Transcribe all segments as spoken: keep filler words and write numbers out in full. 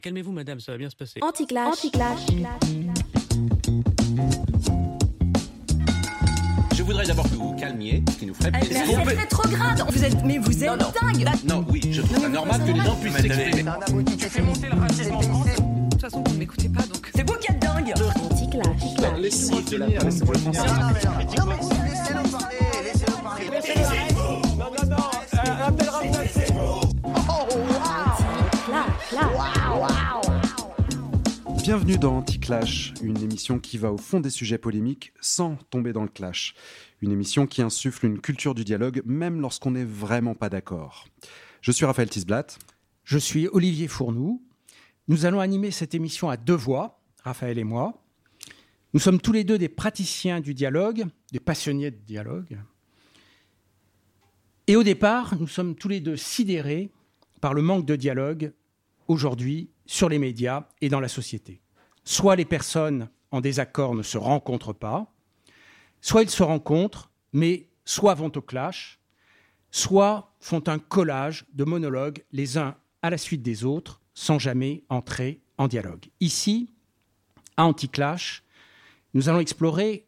Calmez-vous, madame, ça va bien se passer. Anti-clash. Anti-clash. Je voudrais d'abord que vous vous calmiez, ce qui nous ferait plaisir. C'est rétrograde. Vous êtes, mais vous êtes non, non. dingue. Non, oui, je trouve ça normal que les gens puissent s'exprimer. Tu fais monter le racisme en France. De toute façon, vous ne m'écoutez pas, donc... C'est vous qui êtes dingue. Anti-clash. Laissez-moi de la place. Non, mais laissez-le parler, laissez-le parler. Non, non, non, euh, appel remplacé. Bienvenue dans Anti-Clash, une émission qui va au fond des sujets polémiques sans tomber dans le clash. Une émission qui insuffle une culture du dialogue, même lorsqu'on n'est vraiment pas d'accord. Je suis Raphaël Tisblatt. Je suis Olivier Fournoux. Nous allons animer cette émission à deux voix, Raphaël et moi. Nous sommes tous les deux des praticiens du dialogue, des passionnés de dialogue. Et au départ, nous sommes tous les deux sidérés par le manque de dialogue aujourd'hui sur les médias et dans la société. Soit les personnes en désaccord ne se rencontrent pas, soit ils se rencontrent, mais soit vont au clash, soit font un collage de monologues les uns à la suite des autres, sans jamais entrer en dialogue. Ici, à Anti-Clash, nous allons explorer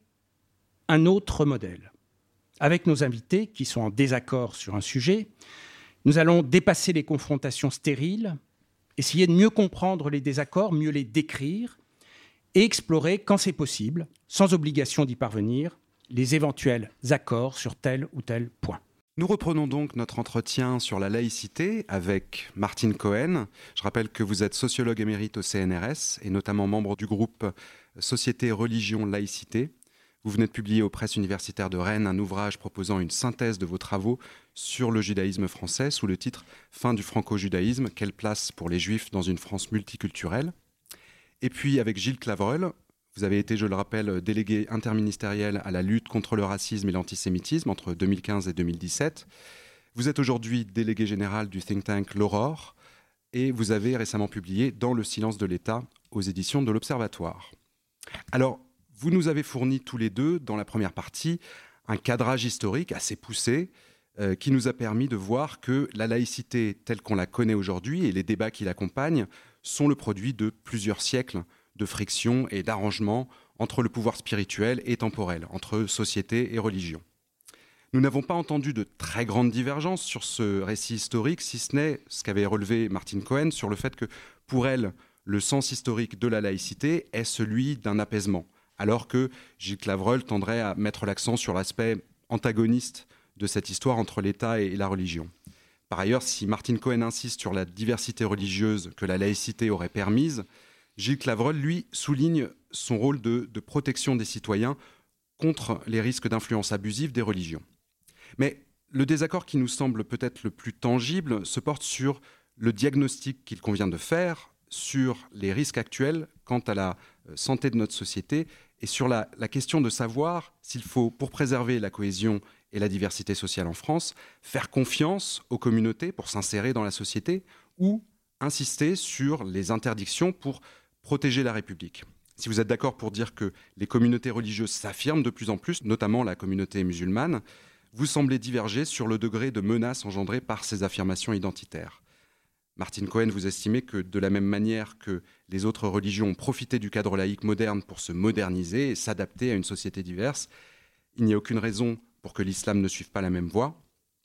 un autre modèle. Avec nos invités qui sont en désaccord sur un sujet, nous allons dépasser les confrontations stériles, essayer de mieux comprendre les désaccords, mieux les décrire et explorer, quand c'est possible, sans obligation d'y parvenir, les éventuels accords sur tel ou tel point. Nous reprenons donc notre entretien sur la laïcité avec Martine Cohen. Je rappelle que vous êtes sociologue émérite au C N R S et notamment membre du groupe Société, Religion, Laïcité. Vous venez de publier aux presses universitaires de Rennes un ouvrage proposant une synthèse de vos travaux sur le judaïsme français sous le titre « Fin du franco-judaïsme, quelle place pour les juifs dans une France multiculturelle ?» Et puis avec Gilles Clavreul, vous avez été, je le rappelle, délégué interministériel à la lutte contre le racisme et l'antisémitisme entre deux mille quinze et deux mille dix-sept. Vous êtes aujourd'hui délégué général du think tank L'Aurore et vous avez récemment publié « Dans le silence de l'État » aux éditions de l'Observatoire. Alors, vous nous avez fourni tous les deux, dans la première partie, un cadrage historique assez poussé euh, qui nous a permis de voir que la laïcité telle qu'on la connaît aujourd'hui et les débats qui l'accompagnent sont le produit de plusieurs siècles de friction et d'arrangement entre le pouvoir spirituel et temporel, entre société et religion. Nous n'avons pas entendu de très grandes divergences sur ce récit historique, si ce n'est ce qu'avait relevé Martine Cohen sur le fait que, pour elle, le sens historique de la laïcité est celui d'un apaisement, alors que Gilles Clavreul tendrait à mettre l'accent sur l'aspect antagoniste de cette histoire entre l'État et la religion. Par ailleurs, si Martine Cohen insiste sur la diversité religieuse que la laïcité aurait permise, Gilles Clavreul, lui, souligne son rôle de, de protection des citoyens contre les risques d'influence abusive des religions. Mais le désaccord qui nous semble peut-être le plus tangible se porte sur le diagnostic qu'il convient de faire sur les risques actuels quant à la santé de notre société et sur la, la question de savoir s'il faut, pour préserver la cohésion et la diversité sociale en France, faire confiance aux communautés pour s'insérer dans la société ou insister sur les interdictions pour protéger la République. Si vous êtes d'accord pour dire que les communautés religieuses s'affirment de plus en plus, notamment la communauté musulmane, vous semblez diverger sur le degré de menace engendrée par ces affirmations identitaires. Martine Cohen, vous estimez que de la même manière que les autres religions ont profité du cadre laïque moderne pour se moderniser et s'adapter à une société diverse, il n'y a aucune raison pour que l'islam ne suive pas la même voie.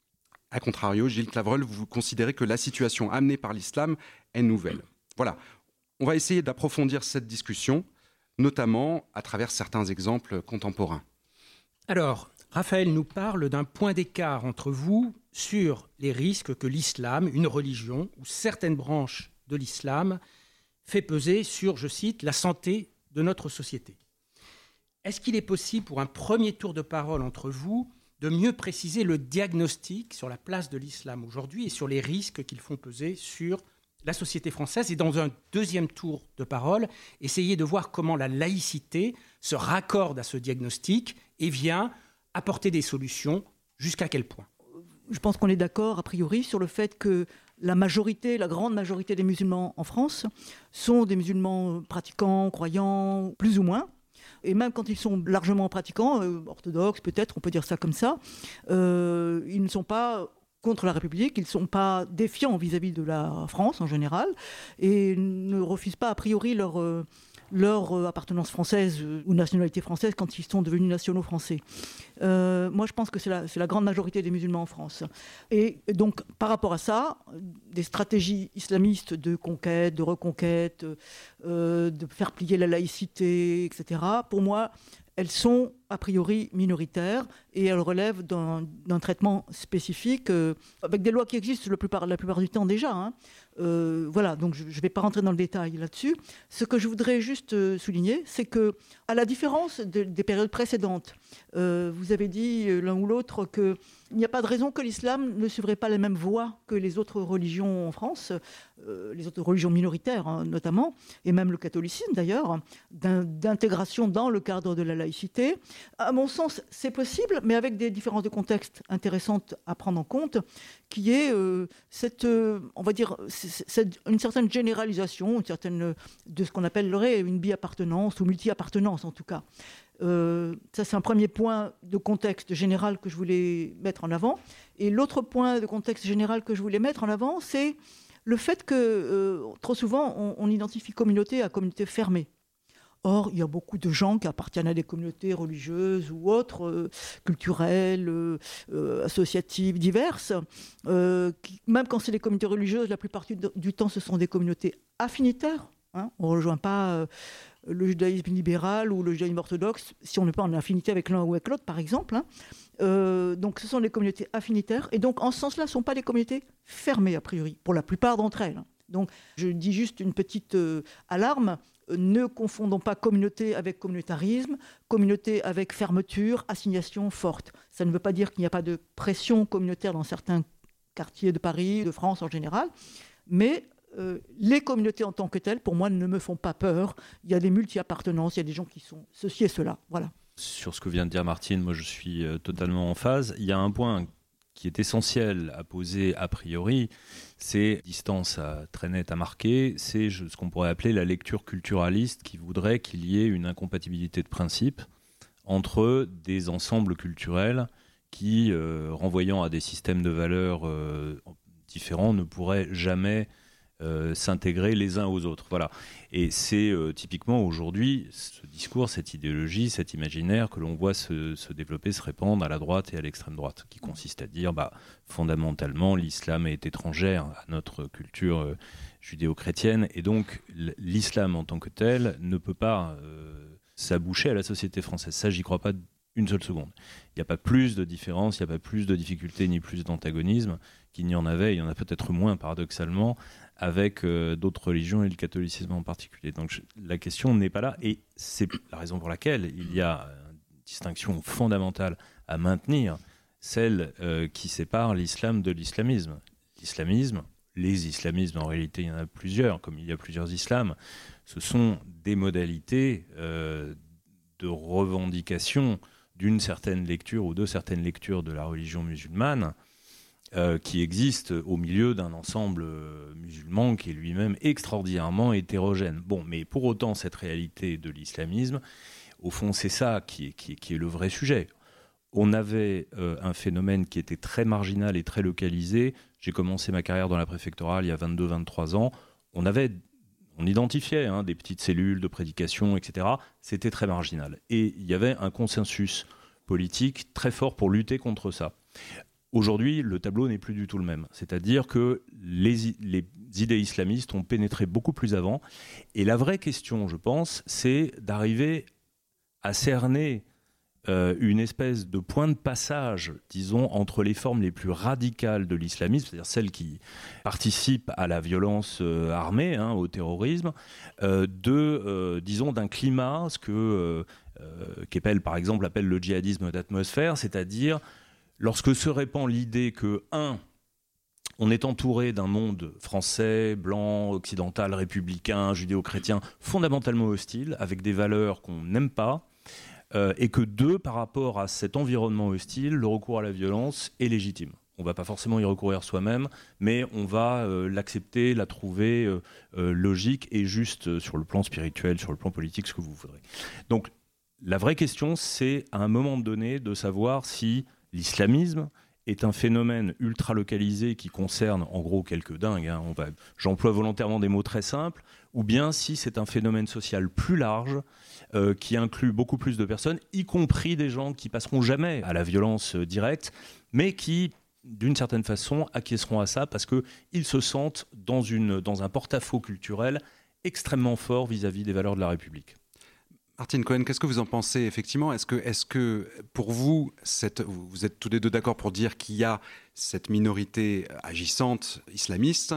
A contrario, Gilles Clavreul, vous considérez que la situation amenée par l'islam est nouvelle. Voilà, on va essayer d'approfondir cette discussion, notamment à travers certains exemples contemporains. Alors, Raphaël nous parle d'un point d'écart entre vous sur les risques que l'islam, une religion ou certaines branches de l'islam, fait peser sur, je cite, la santé de notre société. Est-ce qu'il est possible, pour un premier tour de parole entre vous, de mieux préciser le diagnostic sur la place de l'islam aujourd'hui et sur les risques qu'ils font peser sur la société française, et dans un deuxième tour de parole, essayer de voir comment la laïcité se raccorde à ce diagnostic et vient apporter des solutions, jusqu'à quel point? Je pense qu'on est d'accord, a priori, sur le fait que la majorité, la grande majorité des musulmans en France sont des musulmans pratiquants, croyants, plus ou moins. Et même quand ils sont largement pratiquants, euh, orthodoxes peut-être, on peut dire ça comme ça, euh, ils ne sont pas contre la République, ils ne sont pas défiants vis-à-vis de la France en général et ne refusent pas a priori leur, euh, leur euh, appartenance française euh, ou nationalité française quand ils sont devenus nationaux français. Euh, moi, je pense que c'est la, c'est la grande majorité des musulmans en France. Et donc, par rapport à ça, des stratégies islamistes de conquête, de reconquête, euh, de faire plier la laïcité, et cetera, pour moi, elles sont a priori minoritaires et elles relèvent d'un, d'un traitement spécifique euh, avec des lois qui existent la plupart, la plupart du temps déjà. Hein. Euh, voilà, donc je ne vais pas rentrer dans le détail là-dessus. Ce que je voudrais juste euh, souligner, c'est que, à la différence de, des périodes précédentes, euh, vous avez dit euh, l'un ou l'autre qu'il n'y a pas de raison que l'islam ne suivrait pas les mêmes voies que les autres religions en France, euh, les autres religions minoritaires hein, notamment, et même le catholicisme d'ailleurs, d'in- d'intégration dans le cadre de la laïcité. À mon sens, c'est possible, mais avec des différences de contexte intéressantes à prendre en compte, qui est euh, cette, euh, on va dire, cette, une certaine généralisation, une certaine, de ce qu'on appellerait une bi-appartenance ou multi-appartenance en tout cas. Euh, ça, c'est un premier point de contexte général que je voulais mettre en avant. Et l'autre point de contexte général que je voulais mettre en avant, c'est le fait que euh, trop souvent, on, on identifie communauté à communauté fermée. Or, il y a beaucoup de gens qui appartiennent à des communautés religieuses ou autres, euh, culturelles, euh, euh, associatives, diverses. Euh, qui, même quand c'est des communautés religieuses, la plupart du, du temps, ce sont des communautés affinitaires. Hein. On ne rejoint pas euh, le judaïsme libéral ou le judaïsme orthodoxe si on n'est pas en affinité avec l'un ou avec l'autre, par exemple. Hein. Euh, donc, ce sont des communautés affinitaires. Et donc, en ce sens-là, ce ne sont pas des communautés fermées, a priori, pour la plupart d'entre elles. Donc, je dis juste une petite euh, alarme. Ne confondons pas communauté avec communautarisme, communauté avec fermeture, assignation forte. Ça ne veut pas dire qu'il n'y a pas de pression communautaire dans certains quartiers de Paris, de France en général, mais euh, les communautés en tant que telles, pour moi, ne me font pas peur. Il y a des multi-appartenances, il y a des gens qui sont ceci et cela. Voilà. Sur ce que vient de dire Martine, moi je suis euh, totalement en phase. Il y a un point qui est essentiel à poser a priori, c'est distance à, très nette à marquer, c'est ce qu'on pourrait appeler la lecture culturaliste qui voudrait qu'il y ait une incompatibilité de principe entre des ensembles culturels qui, euh, renvoyant à des systèmes de valeurs euh, différents, ne pourraient jamais euh, s'intégrer les uns aux autres. Voilà. Et c'est euh, typiquement aujourd'hui ce discours, cette idéologie, cet imaginaire que l'on voit se, se développer, se répandre à la droite et à l'extrême droite, qui consiste à dire bah, fondamentalement l'islam est étrangère à notre culture euh, judéo-chrétienne et donc l'islam en tant que tel ne peut pas euh, s'aboucher à la société française. Ça, j'y crois pas une seule seconde. Il n'y a pas plus de différence, il n'y a pas plus de difficultés ni plus d'antagonisme qu'il n'y en avait, il y en a peut-être moins paradoxalement, avec euh, d'autres religions et le catholicisme en particulier. Donc je, la question n'est pas là et c'est la raison pour laquelle il y a une distinction fondamentale à maintenir, celle euh, qui sépare l'islam de l'islamisme. L'islamisme, les islamismes en réalité il y en a plusieurs, comme il y a plusieurs islams, ce sont des modalités euh, de revendication d'une certaine lecture ou de certaines lectures de la religion musulmane euh, qui existe au milieu d'un ensemble euh, musulman qui est lui-même extraordinairement hétérogène. Bon, mais pour autant, cette réalité de l'islamisme, au fond, c'est ça qui est, qui est, qui est le vrai sujet. On avait euh, un phénomène qui était très marginal et très localisé. J'ai commencé ma carrière dans la préfectorale il y a vingt-deux vingt-trois ans. On avait... On identifiait hein, des petites cellules de prédication, et cetera. C'était très marginal. Et il y avait un consensus politique très fort pour lutter contre ça. Aujourd'hui, le tableau n'est plus du tout le même. C'est-à-dire que les, les idées islamistes ont pénétré beaucoup plus avant. Et la vraie question, je pense, c'est d'arriver à cerner euh, une espèce de point de passage, disons, entre les formes les plus radicales de l'islamisme, c'est-à-dire celles qui participent à la violence euh, armée, hein, au terrorisme, euh, de, euh, disons, d'un climat, ce que euh, euh, Keppel, par exemple, appelle le djihadisme d'atmosphère, c'est-à-dire lorsque se répand l'idée que, un, on est entouré d'un monde français, blanc, occidental, républicain, judéo-chrétien, fondamentalement hostile, avec des valeurs qu'on n'aime pas, Euh, et que deux, par rapport à cet environnement hostile, le recours à la violence est légitime. On ne va pas forcément y recourir soi-même, mais on va euh, l'accepter, la trouver euh, euh, logique et juste euh, sur le plan spirituel, sur le plan politique, ce que vous voudrez. Donc la vraie question, c'est à un moment donné de savoir si l'islamisme est un phénomène ultra localisé qui concerne en gros quelques dingues, hein, on va, j'emploie volontairement des mots très simples, ou bien si c'est un phénomène social plus large euh, qui inclut beaucoup plus de personnes, y compris des gens qui passeront jamais à la violence euh, directe, mais qui, d'une certaine façon, acquiesceront à ça parce qu'ils se sentent dans, une, dans un porte-à-faux culturel extrêmement fort vis-à-vis des valeurs de la République. Martine Cohen, qu'est-ce que vous en pensez effectivement ? Est-ce que, est-ce que pour vous, cette, vous êtes tous les deux d'accord pour dire qu'il y a cette minorité agissante islamiste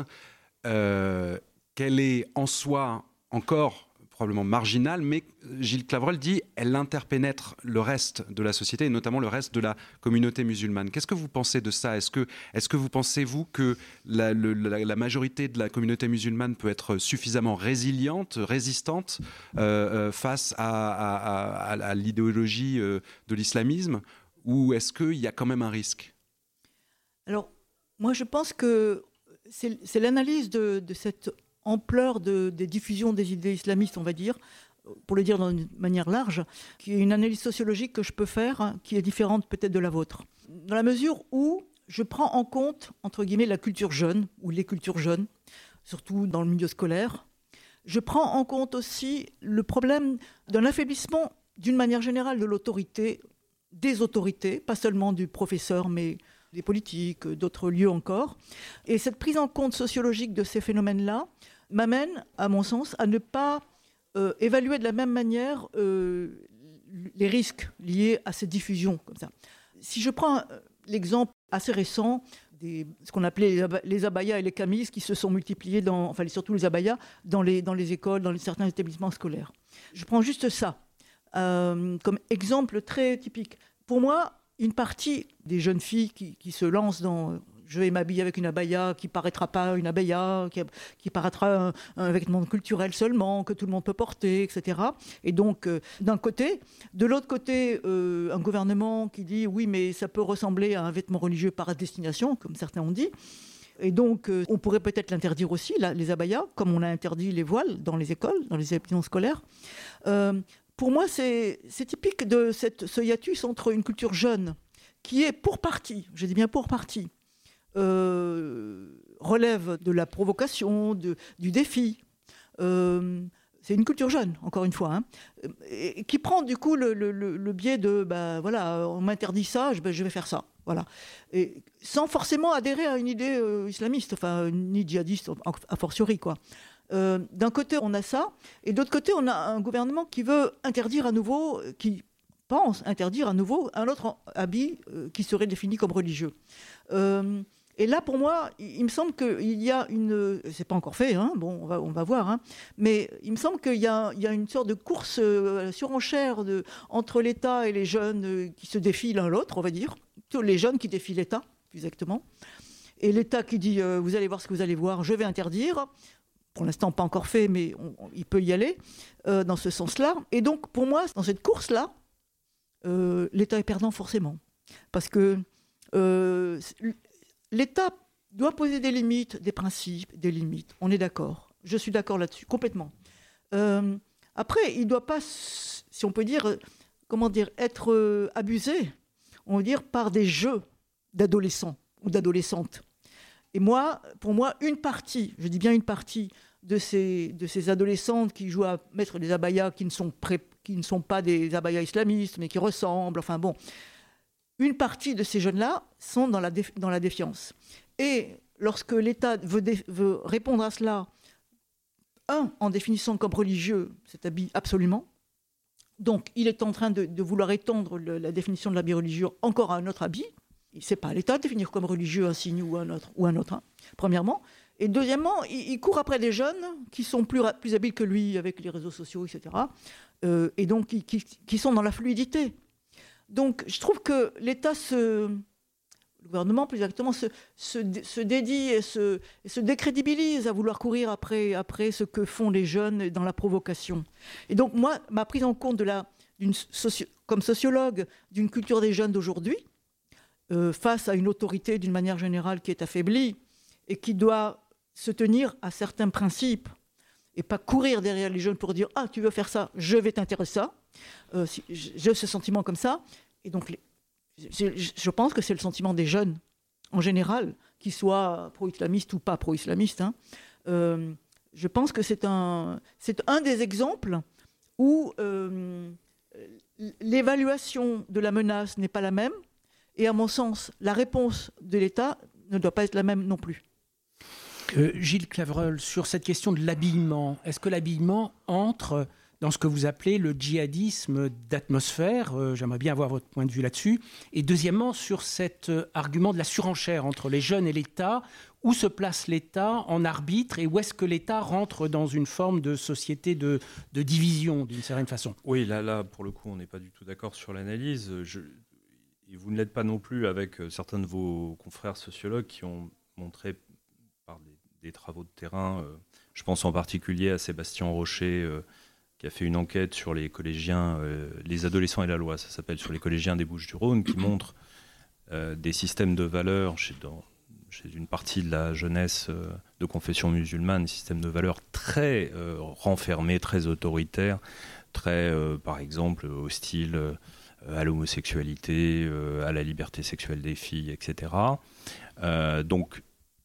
euh, qu'elle est en soi encore probablement marginale, mais Gilles Clavreul dit elle interpénètre le reste de la société et notamment le reste de la communauté musulmane. Qu'est-ce que vous pensez de ça ? Est-ce que, est-ce que vous pensez, vous, que la, le, la, la majorité de la communauté musulmane peut être suffisamment résiliente, résistante euh, face à, à, à, à l'idéologie euh, de l'islamisme, ou est-ce qu'il y a quand même un risque ? Alors, moi, je pense que c'est, c'est l'analyse de, de cette ampleur de, des diffusions des idées islamistes, on va dire, pour le dire d'une manière large, qui est une analyse sociologique que je peux faire, hein, qui est différente peut-être de la vôtre. Dans la mesure où je prends en compte, entre guillemets, la culture jeune, ou les cultures jeunes, surtout dans le milieu scolaire. Je prends en compte aussi le problème d'un affaiblissement, d'une manière générale, de l'autorité, des autorités, pas seulement du professeur, mais des politiques, d'autres lieux encore. Et cette prise en compte sociologique de ces phénomènes-là m'amène, à mon sens, à ne pas euh, évaluer de la même manière euh, les risques liés à cette diffusion. Comme ça. Si je prends l'exemple assez récent, des, ce qu'on appelait les, ab- les abayas et les camis qui se sont multipliés, dans, enfin surtout les abayas, dans les, dans les écoles, dans les, certains établissements scolaires. Je prends juste ça euh, comme exemple très typique. Pour moi, une partie des jeunes filles qui, qui se lancent dans « je vais m'habiller avec une abaya qui ne paraîtra pas une abaya, qui, qui paraîtra un, un vêtement culturel seulement, que tout le monde peut porter, et cetera » Et donc, euh, d'un côté. De l'autre côté, euh, un gouvernement qui dit « oui, mais ça peut ressembler à un vêtement religieux par destination », comme certains ont dit. Et donc, euh, on pourrait peut-être l'interdire aussi, là, les abayas, comme on a interdit les voiles dans les écoles, dans les établissements scolaires. Euh, Pour moi, c'est, c'est typique de cette, ce hiatus entre une culture jeune, qui est pour partie, je dis bien pour partie, euh, relève de la provocation, de, du défi. Euh, c'est une culture jeune, encore une fois, hein, et qui prend du coup le, le, le biais de, ben, voilà, on m'interdit ça, je, ben, je vais faire ça. Voilà. Et sans forcément adhérer à une idée euh, islamiste, enfin, ni djihadiste, a fortiori, quoi. Euh, d'un côté, on a ça, et d'autre côté, on a un gouvernement qui veut interdire à nouveau, qui pense interdire à nouveau un autre habit euh, qui serait défini comme religieux. Euh, et là, pour moi, il, il me semble qu'il y a une... C'est pas encore fait, hein, bon, on va, on va voir, hein, mais il me semble qu'il y a, il y a une sorte de course euh, surenchère de, entre l'État et les jeunes euh, qui se défient l'un l'autre, on va dire. Tous les jeunes qui défient l'État, plus exactement. Et l'État qui dit euh, « vous allez voir ce que vous allez voir, je vais interdire ». Pour l'instant, pas encore fait, mais on, on, il peut y aller euh, dans ce sens-là. Et donc, pour moi, dans cette course-là, euh, l'État est perdant forcément. Parce que euh, l'État doit poser des limites, des principes, des limites. On est d'accord. Je suis d'accord là-dessus, complètement. Euh, après, il ne doit pas, si on peut dire, comment dire, être euh, abusé, on va dire, par des jeux d'adolescents ou d'adolescentes. Et moi, pour moi, une partie, je dis bien une partie, de ces, de ces adolescentes qui jouent à mettre des abayas qui ne sont, pré, qui ne sont pas des abayas islamistes, mais qui ressemblent, enfin bon, une partie de ces jeunes-là sont dans la, déf, dans la défiance. Et lorsque l'État veut, dé, veut répondre à cela, un, en définissant comme religieux cet habit absolument, donc il est en train de, de vouloir étendre le, la définition de l'habit religieux encore à un autre habit. Ce n'est pas à l'État de définir comme religieux un signe ou un autre, ou un autre hein, premièrement. Et deuxièmement, il, il court après des jeunes qui sont plus, plus habiles que lui avec les réseaux sociaux, et cetera. Euh, et donc, qui, qui, qui sont dans la fluidité. Donc, je trouve que l'État, se, le gouvernement plus exactement, se, se, se dédie et se, et se décrédibilise à vouloir courir après, après ce que font les jeunes dans la provocation. Et donc, moi, ma prise en compte de la, d'une socio, comme sociologue d'une culture des jeunes d'aujourd'hui, Euh, face à une autorité d'une manière générale qui est affaiblie et qui doit se tenir à certains principes et pas courir derrière les jeunes pour dire « Ah, tu veux faire ça, je vais t'intéresser ça euh, ». Si, j'ai ce sentiment comme ça. Et donc, les, je, je pense que c'est le sentiment des jeunes, en général, qu'ils soient pro-islamistes ou pas pro-islamistes. Hein. Euh, je pense que c'est un, c'est un des exemples où euh, l'évaluation de la menace n'est pas la même, et à mon sens, la réponse de l'État ne doit pas être la même non plus. Euh, Gilles Clavreul, sur cette question de l'habillement, est-ce que l'habillement entre dans ce que vous appelez le djihadisme d'atmosphère? euh, J'aimerais bien avoir votre point de vue là-dessus. Et deuxièmement, sur cet euh, argument de la surenchère entre les jeunes et l'État, où se place l'État en arbitre et où est-ce que l'État rentre dans une forme de société de, de division, d'une certaine façon? Oui, là, là, pour le coup, on n'est pas du tout d'accord sur l'analyse. Je... Et vous ne l'êtes pas non plus avec certains de vos confrères sociologues qui ont montré par des, des travaux de terrain, euh, je pense en particulier à Sébastien Rocher, euh, qui a fait une enquête sur les collégiens, euh, les adolescents et la loi, ça s'appelle, sur les collégiens des Bouches-du-Rhône, qui montre euh, des systèmes de valeurs chez, dans, chez une partie de la jeunesse euh, de confession musulmane, des systèmes de valeurs très euh, renfermés, très autoritaires, très, euh, par exemple, hostiles euh, à l'homosexualité, euh, à la liberté sexuelle des filles, et cetera. Euh, donc,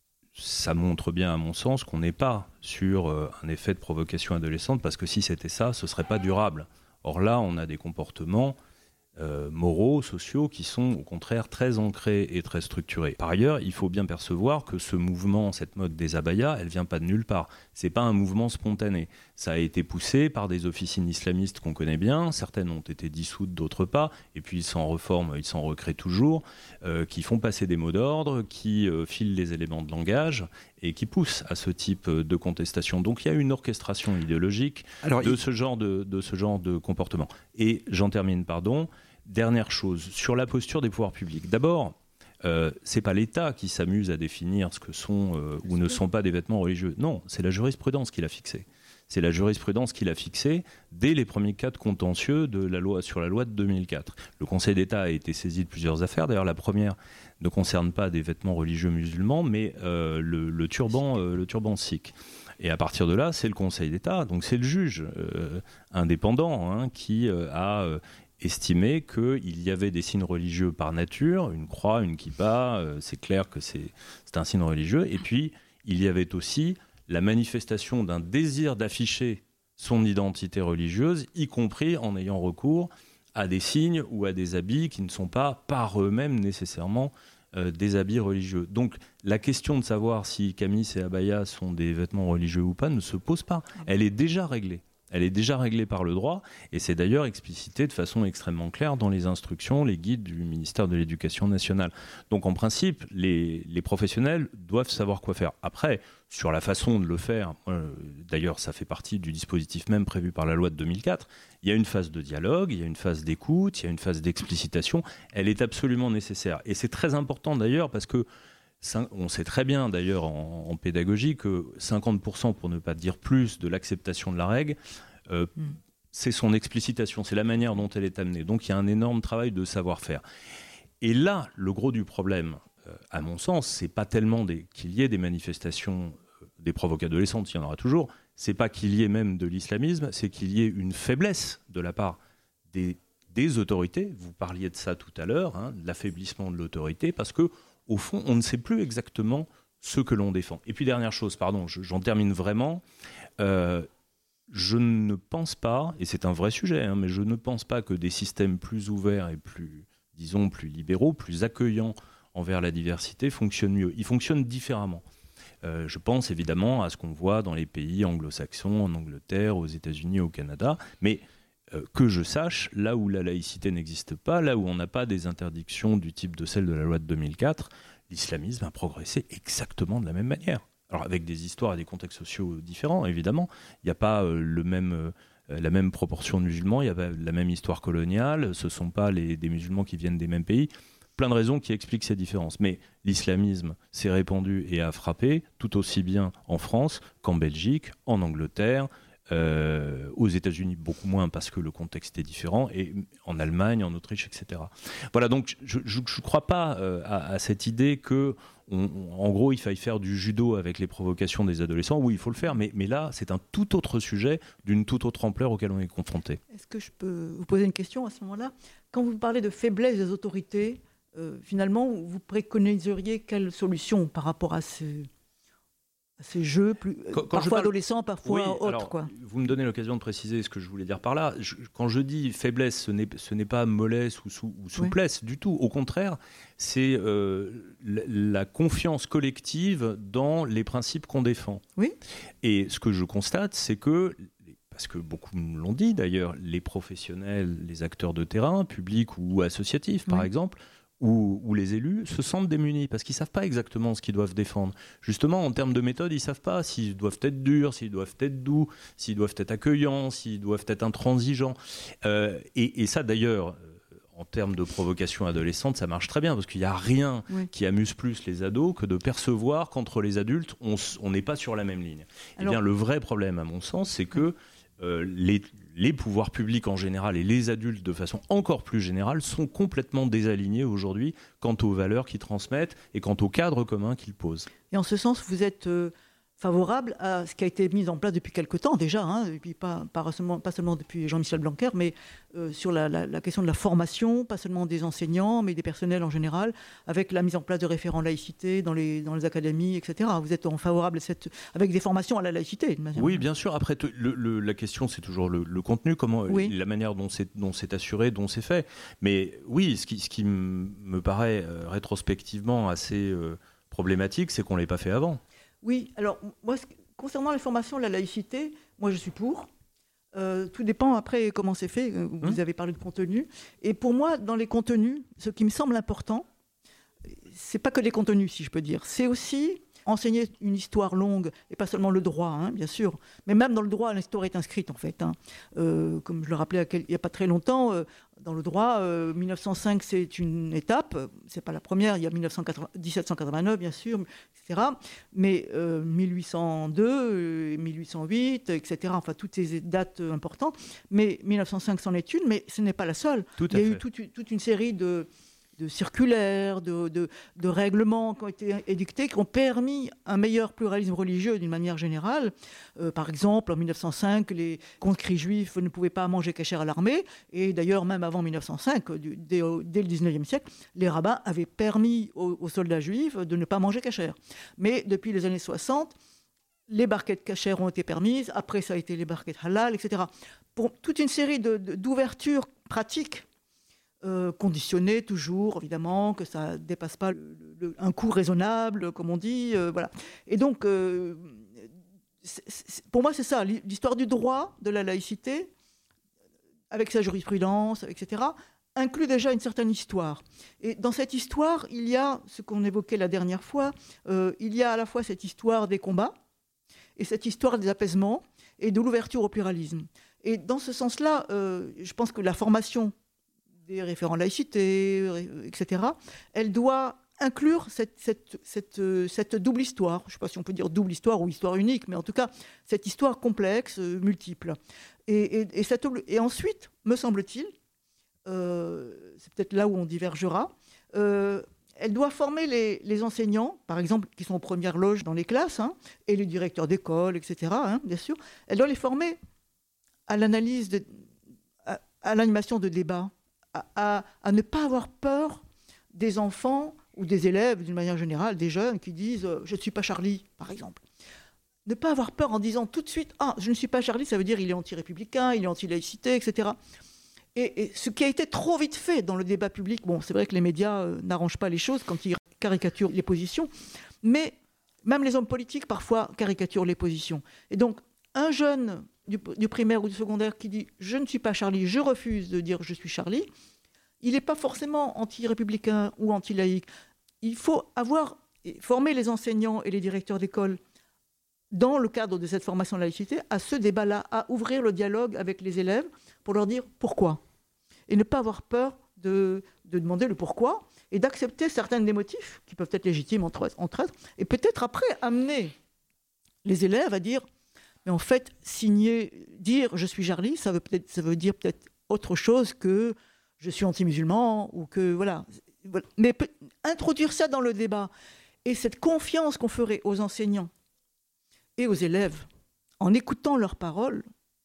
ça montre bien, à mon sens, qu'on n'est pas sur euh, un effet de provocation adolescente, parce que si c'était ça, ce ne serait pas durable. Or là, on a des comportements euh, moraux, sociaux, qui sont au contraire très ancrés et très structurés. Par ailleurs, il faut bien percevoir que ce mouvement, cette mode des abayas, elle ne vient pas de nulle part. Ce n'est pas un mouvement spontané. Ça a été poussé par des officines islamistes qu'on connaît bien, certaines ont été dissoutes, d'autres pas, et puis ils s'en reforment, ils s'en recréent toujours, euh, qui font passer des mots d'ordre, qui euh, filent les éléments de langage, et qui poussent à ce type de contestation. Donc il y a une orchestration idéologique Alors, de, il... ce genre de, de ce genre de comportement. Et j'en termine, pardon. Dernière chose, sur la posture des pouvoirs publics. D'abord, euh, c'est pas l'État qui s'amuse à définir ce que sont euh, ou ne sont pas des vêtements religieux. Non, c'est la jurisprudence qui l'a fixé. C'est la jurisprudence qui l'a fixé dès les premiers cas de contentieux de la loi, sur la loi de deux mille quatre. Le Conseil d'État a été saisi de plusieurs affaires. D'ailleurs, la première ne concerne pas des vêtements religieux musulmans, mais euh, le, le turban, euh, le turban sikh. Et à partir de là, c'est le Conseil d'État, donc c'est le juge euh, indépendant hein, qui euh, a euh, estimé qu'il y avait des signes religieux par nature, une croix, une kippa, euh, c'est clair que c'est, c'est un signe religieux. Et puis, il y avait aussi la manifestation d'un désir d'afficher son identité religieuse, y compris en ayant recours à des signes ou à des habits qui ne sont pas par eux-mêmes nécessairement euh, des habits religieux. Donc la question de savoir si camis et abaya sont des vêtements religieux ou pas ne se pose pas. Elle est déjà réglée. Elle est déjà réglée par le droit et c'est d'ailleurs explicité de façon extrêmement claire dans les instructions, les guides du ministère de l'Éducation nationale. Donc en principe, les, les professionnels doivent savoir quoi faire. Après, sur la façon de le faire, euh, d'ailleurs ça fait partie du dispositif même prévu par la loi de deux mille quatre, il y a une phase de dialogue, il y a une phase d'écoute, il y a une phase d'explicitation, elle est absolument nécessaire. Et c'est très important d'ailleurs parce que on sait très bien d'ailleurs en, en pédagogie que cinquante pour cent, pour ne pas dire plus, de l'acceptation de la règle, euh, mm. c'est son explicitation, c'est la manière dont elle est amenée. Donc il y a un énorme travail de savoir-faire. Et là, le gros du problème, euh, à mon sens, c'est pas tellement des, qu'il y ait des manifestations, euh, des provoques adolescentes, il y en aura toujours, c'est pas qu'il y ait même de l'islamisme, c'est qu'il y ait une faiblesse de la part des, des autorités. Vous parliez de ça tout à l'heure, hein, de l'affaiblissement de l'autorité, parce que au fond, on ne sait plus exactement ce que l'on défend. Et puis, dernière chose, pardon, je, j'en termine vraiment. Euh, je ne pense pas, et c'est un vrai sujet, hein, mais je ne pense pas que des systèmes plus ouverts et plus, disons, plus libéraux, plus accueillants envers la diversité fonctionnent mieux. Ils fonctionnent différemment. Euh, je pense évidemment à ce qu'on voit dans les pays anglo-saxons, en Angleterre, aux États-Unis, au Canada, mais Euh, que je sache, là où la laïcité n'existe pas, là où on n'a pas des interdictions du type de celle de la loi de deux mille quatre, l'islamisme a progressé exactement de la même manière. Alors avec des histoires et des contextes sociaux différents, évidemment. Il n'y a pas euh, le même, euh, la même proportion de musulmans, il n'y a pas la même histoire coloniale, ce ne sont pas les, des musulmans qui viennent des mêmes pays. Plein de raisons qui expliquent ces différences. Mais l'islamisme s'est répandu et a frappé tout aussi bien en France qu'en Belgique, en Angleterre, Euh, aux États-Unis, beaucoup moins parce que le contexte est différent, et en Allemagne, en Autriche, et cetera. Voilà, donc je ne crois pas euh, à, à cette idée que, on, on, en gros, il faille faire du judo avec les provocations des adolescents. Oui, il faut le faire, mais, mais là, c'est un tout autre sujet, d'une toute autre ampleur auquel on est confronté. Est-ce que je peux vous poser une question à ce moment-là ? Quand vous parlez de faiblesse des autorités, euh, finalement, vous préconiseriez quelle solution par rapport à ces... ces jeux, plus, quand, quand parfois parle... adolescents, parfois oui, autres. Alors, quoi. Vous me donnez l'occasion de préciser ce que je voulais dire par là. Je, quand je dis faiblesse, ce n'est, ce n'est pas mollesse ou, sou, ou souplesse oui. du tout. Au contraire, c'est euh, la, la confiance collective dans les principes qu'on défend. Oui. Et ce que je constate, c'est que, parce que beaucoup me l'ont dit d'ailleurs, les professionnels, les acteurs de terrain, publics ou associatifs par oui. exemple, Où, où les élus se sentent démunis parce qu'ils ne savent pas exactement ce qu'ils doivent défendre. Justement, en termes de méthode, ils ne savent pas s'ils doivent être durs, s'ils doivent être doux, s'ils doivent être accueillants, s'ils doivent être intransigeants. Euh, et, et ça, d'ailleurs, en termes de provocation adolescente, ça marche très bien parce qu'il n'y a rien oui. qui amuse plus les ados que de percevoir qu'entre les adultes, on n'est pas sur la même ligne. Alors, eh bien, le vrai problème, à mon sens, c'est que euh, les... les pouvoirs publics en général et les adultes de façon encore plus générale sont complètement désalignés aujourd'hui quant aux valeurs qu'ils transmettent et quant au cadre commun qu'ils posent. Et en ce sens, vous êtes euh, favorable à ce qui a été mis en place depuis quelque temps déjà, hein, et puis pas, pas, seulement, pas seulement depuis Jean-Michel Blanquer, mais euh, sur la, la, la question de la formation, pas seulement des enseignants, mais des personnels en général, avec la mise en place de référents laïcité dans les, dans les académies, et cetera. Vous êtes en favorable à cette, avec des formations à la laïcité. Oui, bien sûr. Après, le, le, la question, c'est toujours le, le contenu, comment, oui. la manière dont c'est, dont c'est assuré, dont c'est fait. Mais oui, ce qui, ce qui me paraît euh, rétrospectivement assez euh, problématique, c'est qu'on ne l'ait pas fait avant. Oui, alors moi, concernant les formations, la laïcité, moi je suis pour. Euh, tout dépend après comment c'est fait. Vous mmh. avez parlé de contenu. Et pour moi, dans les contenus, ce qui me semble important, c'est pas que les contenus, si je peux dire. C'est aussi enseigner une histoire longue, et pas seulement le droit, hein, bien sûr. Mais même dans le droit, l'histoire est inscrite, en fait. Hein. Euh, comme je le rappelais il n'y a pas très longtemps, euh, dans le droit, euh, mille neuf cent cinq, c'est une étape. C'est pas la première. Il y a dix-sept cent quatre-vingt-neuf, bien sûr, et cetera. Mais euh, mille huit cent deux, mille huit cent huit, et cetera. Enfin, toutes ces dates importantes. Mais mille neuf cent cinq, c'en est une, mais ce n'est pas la seule. Tout il y a fait. eu toute, toute une série de... de circulaires, de, de, de règlements qui ont été édictés, qui ont permis un meilleur pluralisme religieux d'une manière générale. Euh, par exemple, en mille neuf cent cinq, les conscrits juifs ne pouvaient pas manger cachère à l'armée. Et d'ailleurs, même avant mille neuf cent cinq, du, dès, dès le dix-neuvième siècle, les rabbins avaient permis aux, aux soldats juifs de ne pas manger cachère. Mais depuis les années soixante, les barquettes cachères ont été permises. Après, ça a été les barquettes halal, et cetera. Pour toute une série de, de, d'ouvertures pratiques, Euh, conditionné toujours, évidemment, que ça ne dépasse pas le, le, un coût raisonnable, comme on dit. Euh, voilà. Et donc, euh, c'est, c'est, pour moi, c'est ça, l'histoire du droit, de la laïcité, avec sa jurisprudence, et cetera, inclut déjà une certaine histoire. Et dans cette histoire, il y a ce qu'on évoquait la dernière fois, euh, il y a à la fois cette histoire des combats, et cette histoire des apaisements, et de l'ouverture au pluralisme. Et dans ce sens-là, euh, je pense que la formation des référents laïcité, et cetera, elle doit inclure cette, cette, cette, cette double histoire. Je ne sais pas si on peut dire double histoire ou histoire unique, mais en tout cas, cette histoire complexe, euh, multiple. Et, et, et, cette, et ensuite, me semble-t-il, euh, c'est peut-être là où on divergera, euh, elle doit former les, les enseignants, par exemple, qui sont en première loge dans les classes, hein, et les directeurs d'école, et cetera, hein, bien sûr. Elle doit les former à l'analyse, de, à, à l'animation de débats, À, à ne pas avoir peur des enfants ou des élèves, d'une manière générale, des jeunes qui disent euh, « je ne suis pas Charlie », par exemple. Ne pas avoir peur en disant tout de suite « ah, je ne suis pas Charlie », ça veut dire il est anti-républicain, il est anti-laïcité, et cetera. Et, et ce qui a été trop vite fait dans le débat public, bon, c'est vrai que les médias euh, n'arrangent pas les choses quand ils caricaturent les positions, mais même les hommes politiques, parfois, caricaturent les positions. Et donc, un jeune du, du primaire ou du secondaire qui dit « je ne suis pas Charlie, je refuse de dire je suis Charlie », il n'est pas forcément anti-républicain ou anti-laïque. Il faut avoir formé les enseignants et les directeurs d'école dans le cadre de cette formation de laïcité à ce débat-là, à ouvrir le dialogue avec les élèves pour leur dire pourquoi. Et ne pas avoir peur de, de demander le pourquoi et d'accepter certains des motifs qui peuvent être légitimes entre, entre eux. Et peut-être après amener les élèves à dire Mais en fait, signer, dire je suis Jarly, ça veut, peut-être, ça veut dire peut-être autre chose que je suis anti-musulman ou que voilà. Mais peut, introduire ça dans le débat et cette confiance qu'on ferait aux enseignants et aux élèves en écoutant leurs paroles,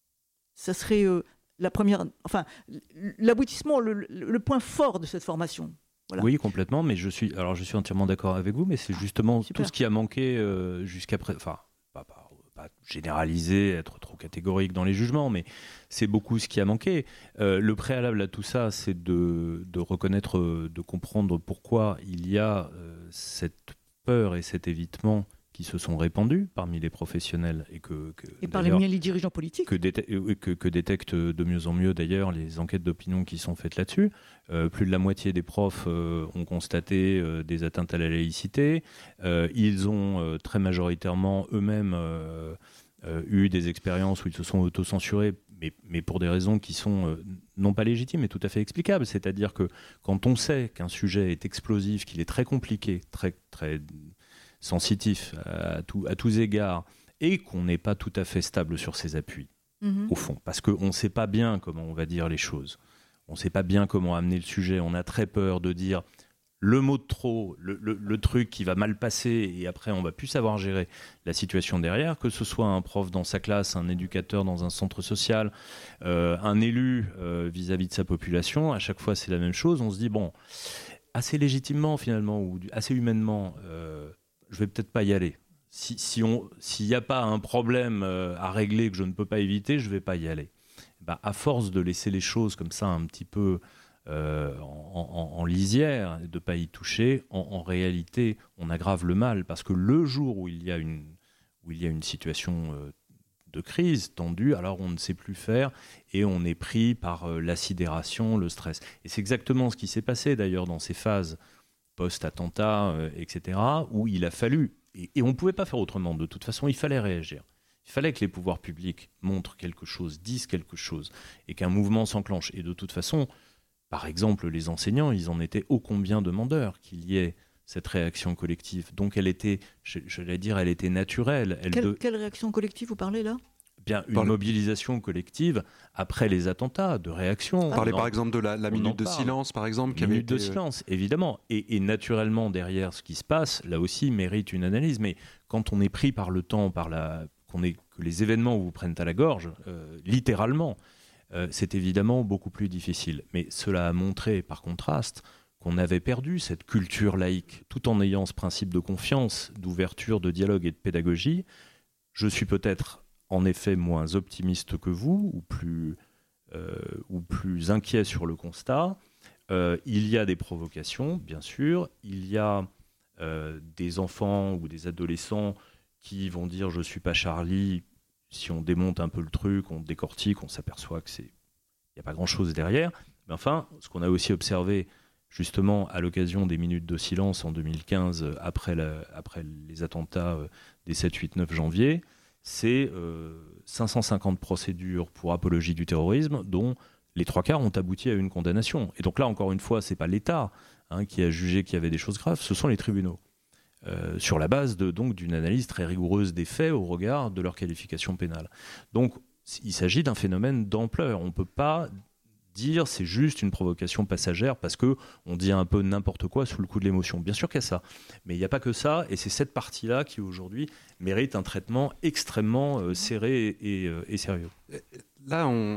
ça serait euh, la première, enfin, l'aboutissement, le, le point fort de cette formation. Voilà. Oui, complètement, mais je suis, alors je suis entièrement d'accord avec vous, mais c'est justement Super. tout ce qui a manqué euh, jusqu'à présent. Enfin, pas, pas, pas généraliser, être trop catégorique dans les jugements, mais c'est beaucoup ce qui a manqué. Euh, le préalable à tout ça, c'est de, de reconnaître, de comprendre pourquoi il y a euh, cette peur et cet évitement qui se sont répandus parmi les professionnels et que, que et par les, les dirigeants politiques que, déte- que, que détectent de mieux en mieux d'ailleurs les enquêtes d'opinion qui sont faites là-dessus. Euh, plus de la moitié des profs euh, ont constaté euh, des atteintes à la laïcité. Euh, ils ont euh, très majoritairement eux-mêmes euh, euh, eu des expériences où ils se sont autocensurés, mais, mais pour des raisons qui sont euh, non pas légitimes mais tout à fait explicables. C'est-à-dire que quand on sait qu'un sujet est explosif, qu'il est très compliqué, très très sensitif à, tout, à tous égards, et qu'on n'est pas tout à fait stable sur ses appuis, mmh. au fond, parce qu'on ne sait pas bien comment on va dire les choses, on ne sait pas bien comment amener le sujet, on a très peur de dire le mot de trop, le, le, le truc qui va mal passer, et après on ne va plus savoir gérer la situation derrière, que ce soit un prof dans sa classe, un éducateur dans un centre social, euh, un élu euh, vis-à-vis de sa population, à chaque fois c'est la même chose, on se dit, bon, assez légitimement finalement, ou assez humainement, euh, je vais peut-être pas y aller. Si, si on, s'il n'y a pas un problème euh, à régler que je ne peux pas éviter, je vais pas y aller. Bah, à force de laisser les choses comme ça un petit peu euh, en, en, en lisière, de ne pas y toucher, en, en réalité, on aggrave le mal. Parce que le jour où il y a une, où il y a une situation euh, de crise tendue, alors on ne sait plus faire et on est pris par euh, la sidération, le stress. Et c'est exactement ce qui s'est passé d'ailleurs dans ces phases post-attentat, euh, et cetera, où il a fallu, et, et on ne pouvait pas faire autrement, de toute façon, il fallait réagir. Il fallait que les pouvoirs publics montrent quelque chose, disent quelque chose, et qu'un mouvement s'enclenche. Et de toute façon, par exemple, les enseignants, ils en étaient ô combien demandeurs qu'il y ait cette réaction collective. Donc elle était, je, je vais dire, elle était naturelle. Elle quelle, de... quelle réaction collective vous parlez là ? Bien, une mobilisation collective après les attentats, de réaction. Vous parlez par exemple de la, la minute de silence, par exemple. Qui minute avait été... de silence, évidemment. Et, et naturellement, derrière ce qui se passe, là aussi, mérite une analyse. Mais quand on est pris par le temps, par la, qu'on est, que les événements vous prennent à la gorge, euh, littéralement, euh, c'est évidemment beaucoup plus difficile. Mais cela a montré, par contraste, qu'on avait perdu cette culture laïque, tout en ayant ce principe de confiance, d'ouverture, de dialogue et de pédagogie. Je suis peut-être en effet moins optimiste que vous, ou plus, euh, ou plus inquiet sur le constat. Euh, il y a des provocations, bien sûr. Il y a euh, des enfants ou des adolescents qui vont dire « je ne suis pas Charlie ». Si on démonte un peu le truc, on décortique, on s'aperçoit qu'il n'y a pas grand-chose derrière. Mais enfin, ce qu'on a aussi observé justement à l'occasion des minutes de silence en deux mille quinze, après, la, après les attentats des sept, huit, neuf janvier, c'est euh, cinq cent cinquante procédures pour apologie du terrorisme, dont les trois quarts ont abouti à une condamnation. Et donc là, encore une fois, ce n'est pas l'État hein, qui a jugé qu'il y avait des choses graves, ce sont les tribunaux, euh, sur la base de, donc, d'une analyse très rigoureuse des faits au regard de leur qualification pénale. Donc, il s'agit d'un phénomène d'ampleur. On ne peut pas dire c'est juste une provocation passagère parce qu'on dit un peu n'importe quoi sous le coup de l'émotion. Bien sûr qu'il y a ça, mais il n'y a pas que ça, et c'est cette partie-là qui aujourd'hui mérite un traitement extrêmement euh, serré et, et, euh, et sérieux. Là, on...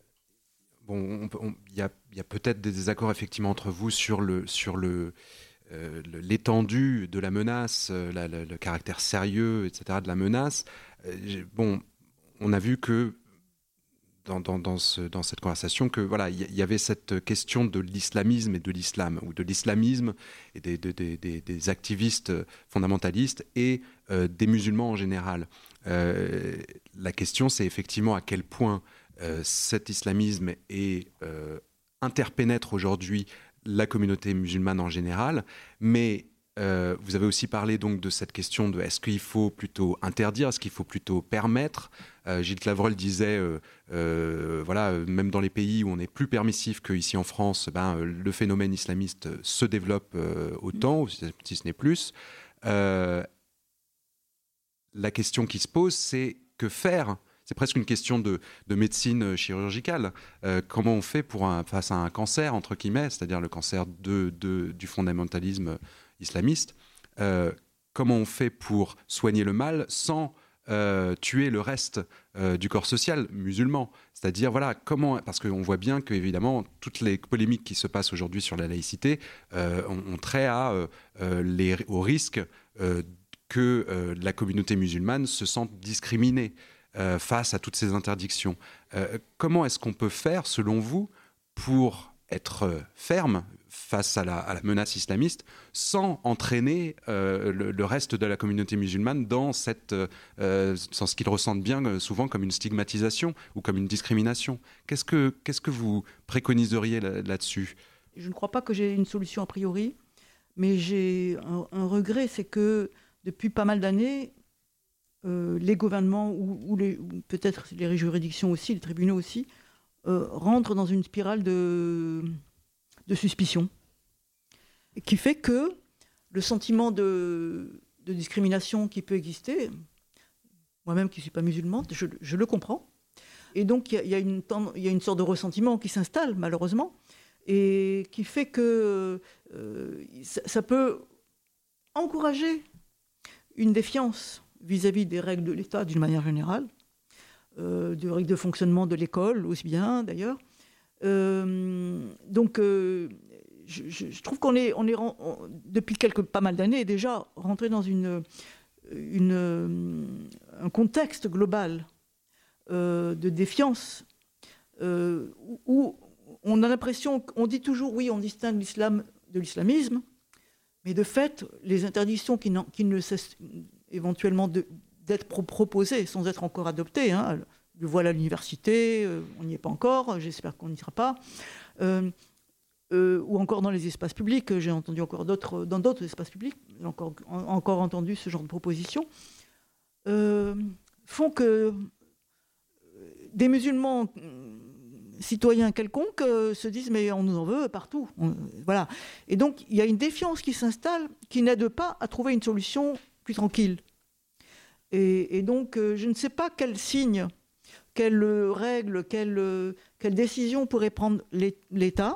Bon, il y a, y a peut-être des désaccords effectivement entre vous sur, le, sur le, euh, l'étendue de la menace, la, la, le caractère sérieux, et cetera de la menace. Euh, bon, on a vu que Dans, dans, dans, ce, dans cette conversation que voilà, il y, y avait cette question de l'islamisme et de l'islam, ou de l'islamisme et des, des, des, des activistes fondamentalistes et euh, des musulmans en général. Euh, la question, c'est effectivement à quel point euh, cet islamisme est, euh, interpénètre aujourd'hui la communauté musulmane en général, mais Euh, vous avez aussi parlé donc de cette question de est-ce qu'il faut plutôt interdire, est-ce qu'il faut plutôt permettre. euh, Gilles Clavreul disait, euh, euh, voilà, même dans les pays où on est plus permissif qu'ici en France, ben, le phénomène islamiste se développe euh, autant, si ce n'est plus. Euh, la question qui se pose, c'est que faire ? C'est presque une question de, de médecine chirurgicale. Euh, comment on fait pour un, face à un cancer, entre guillemets, c'est-à-dire le cancer de, de, du fondamentalisme islamiste, euh, comment on fait pour soigner le mal sans euh, tuer le reste euh, du corps social musulman ? C'est-à-dire, voilà, comment, parce qu'on voit bien que, évidemment, toutes les polémiques qui se passent aujourd'hui sur la laïcité euh, ont, ont trait à, euh, les, au risque euh, que euh, la communauté musulmane se sente discriminée euh, face à toutes ces interdictions. Euh, comment est-ce qu'on peut faire, selon vous, pour être euh, ferme face à la, à la menace islamiste, sans entraîner euh, le, le reste de la communauté musulmane dans, cette, euh, dans ce qu'ils ressentent bien euh, souvent comme une stigmatisation ou comme une discrimination. Qu'est-ce que, qu'est-ce que vous préconiseriez là, là-dessus ? Je ne crois pas que j'ai une solution a priori, mais j'ai un, un regret, c'est que depuis pas mal d'années, euh, les gouvernements, ou, ou, les, ou peut-être les juridictions aussi, les tribunaux aussi, euh, rentrent dans une spirale de... de suspicion, qui fait que le sentiment de, de discrimination qui peut exister, moi-même qui ne suis pas musulmane, je, je le comprends, et donc il y, y, y a une sorte de ressentiment qui s'installe malheureusement, et qui fait que euh, ça, ça peut encourager une défiance vis-à-vis des règles de l'État d'une manière générale, euh, des règles de fonctionnement de l'école aussi bien d'ailleurs. Euh, donc, euh, je, je, je trouve qu'on est, on est on, depuis quelques, pas mal d'années déjà rentré dans une, une, un contexte global euh, de défiance euh, où, où on a l'impression qu'on dit toujours oui, on distingue l'islam de l'islamisme, mais de fait, les interdictions qui, qui ne cessent éventuellement de, d'être pro- proposées sans être encore adoptées, hein, le voile à l'université, euh, on n'y est pas encore, j'espère qu'on n'y sera pas, euh, euh, ou encore dans les espaces publics, j'ai entendu encore d'autres, dans d'autres espaces publics, j'ai encore, en, encore entendu ce genre de propositions, euh, font que des musulmans citoyens quelconques euh, se disent mais on nous en veut partout, on, voilà. Et donc il y a une défiance qui s'installe, qui n'aide pas à trouver une solution plus tranquille. Et, et donc euh, je ne sais pas quel signe, quelle règle, quelle, quelle décision pourrait prendre l'État,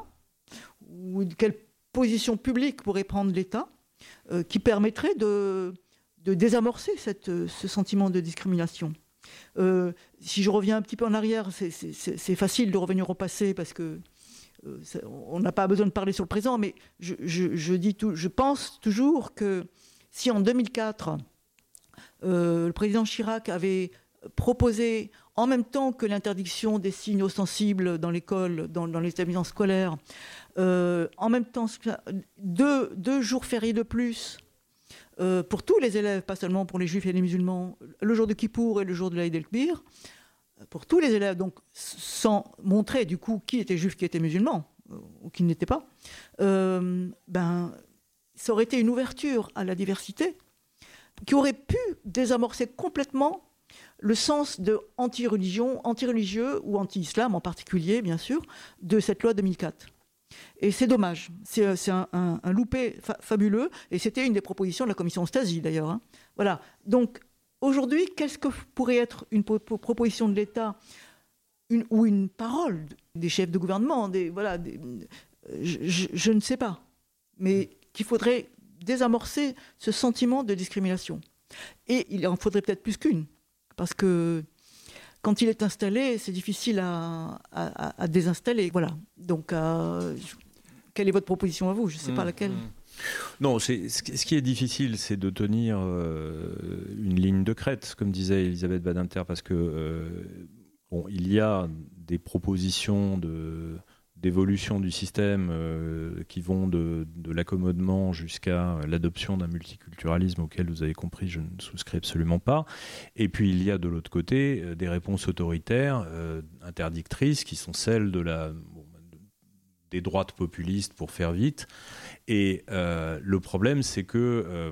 ou quelle position publique pourrait prendre l'État, euh, qui permettrait de, de désamorcer cette, ce sentiment de discrimination. Euh, si je reviens un petit peu en arrière, c'est, c'est, c'est facile de revenir au passé parce que euh, on n'a pas besoin de parler sur le présent, mais je, je, je, dis tout, je pense toujours que si en deux mille quatre, euh, le président Chirac avait proposé, en même temps que l'interdiction des signes ostensibles dans l'école, dans, dans les établissements scolaires, euh, en même temps, deux, deux jours fériés de plus euh, pour tous les élèves, pas seulement pour les juifs et les musulmans, le jour de Kippour et le jour de l'Aïd el-Kbir, pour tous les élèves, donc sans montrer du coup qui était juif, qui était musulman, euh, ou qui ne l'était pas, euh, ben, ça aurait été une ouverture à la diversité qui aurait pu désamorcer complètement le sens de anti-religion, anti-religieux ou anti-islam en particulier, bien sûr, de cette loi deux mille quatre. Et c'est dommage. C'est, c'est un, un, un loupé fa- fabuleux. Et c'était une des propositions de la commission Stasi, d'ailleurs. Hein. Voilà. Donc, aujourd'hui, qu'est-ce que pourrait être une pro- proposition de l'État une, ou une parole des chefs de gouvernement des, voilà, des, je, je, je ne sais pas. Mais qu'il faudrait désamorcer ce sentiment de discrimination. Et il en faudrait peut-être plus qu'une. Parce que quand il est installé, c'est difficile à, à, à désinstaller. Voilà. Donc, euh, quelle est votre proposition à vous ? Je ne sais mmh, pas laquelle. Mmh. Non, c'est, ce qui est difficile, c'est de tenir euh, une ligne de crête, comme disait Elisabeth Badinter, parce que euh, bon, il y a des propositions de, d'évolution du système euh, qui vont de, de l'accommodement jusqu'à l'adoption d'un multiculturalisme auquel, vous avez compris, je ne souscris absolument pas. Et puis il y a de l'autre côté euh, des réponses autoritaires, euh, interdictrices, qui sont celles de la, bon, des droites populistes, pour faire vite. Et euh, le problème, c'est que euh,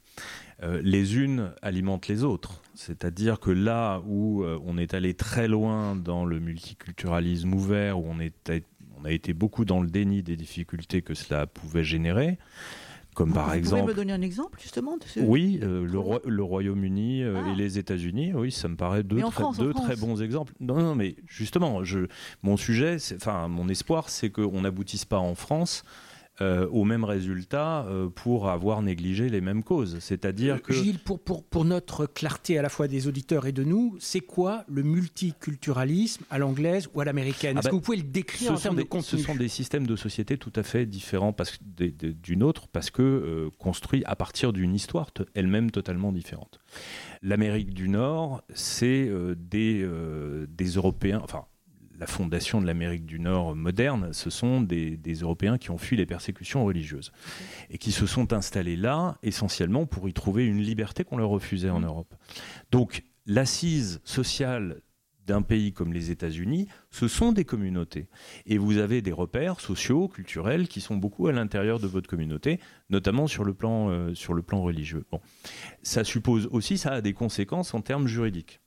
euh, les unes alimentent les autres. C'est-à-dire que là où euh, on est allé très loin dans le multiculturalisme ouvert, où on est on a été beaucoup dans le déni des difficultés que cela pouvait générer, comme vous, par vous exemple... Vous pouvez me donner un exemple, justement de ce... Oui, euh, le, Roi- le Royaume-Uni euh, Ah. et les États-Unis, oui, ça me paraît deux, Mais en très, France, en deux France. très bons exemples. Non, non, mais justement, je, mon sujet, c'est- enfin, mon espoir, c'est qu'on n'aboutisse pas en France euh, au même résultat euh, pour avoir négligé les mêmes causes. C'est-à-dire que... Gilles, pour, pour, pour notre clarté à la fois des auditeurs et de nous, c'est quoi le multiculturalisme à l'anglaise ou à l'américaine? Ah Est-ce bah, que vous pouvez le décrire Ce en sont, termes des, de contenu? ce sont des systèmes de société tout à fait différents parce, que- des- des- d'une autre parce que euh, construits à partir d'une histoire t- elle-même totalement différente. L'Amérique du Nord, c'est euh, des, euh, des Européens, enfin la fondation de l'Amérique du Nord moderne, ce sont des, des Européens qui ont fui les persécutions religieuses et qui se sont installés là essentiellement pour y trouver une liberté qu'on leur refusait en Europe. Donc l'assise sociale d'un pays comme les États-Unis, ce sont des communautés. Et vous avez des repères sociaux, culturels, qui sont beaucoup à l'intérieur de votre communauté, notamment sur le plan, euh, sur le plan religieux. Bon. Ça suppose aussi, ça a des conséquences en termes juridiques.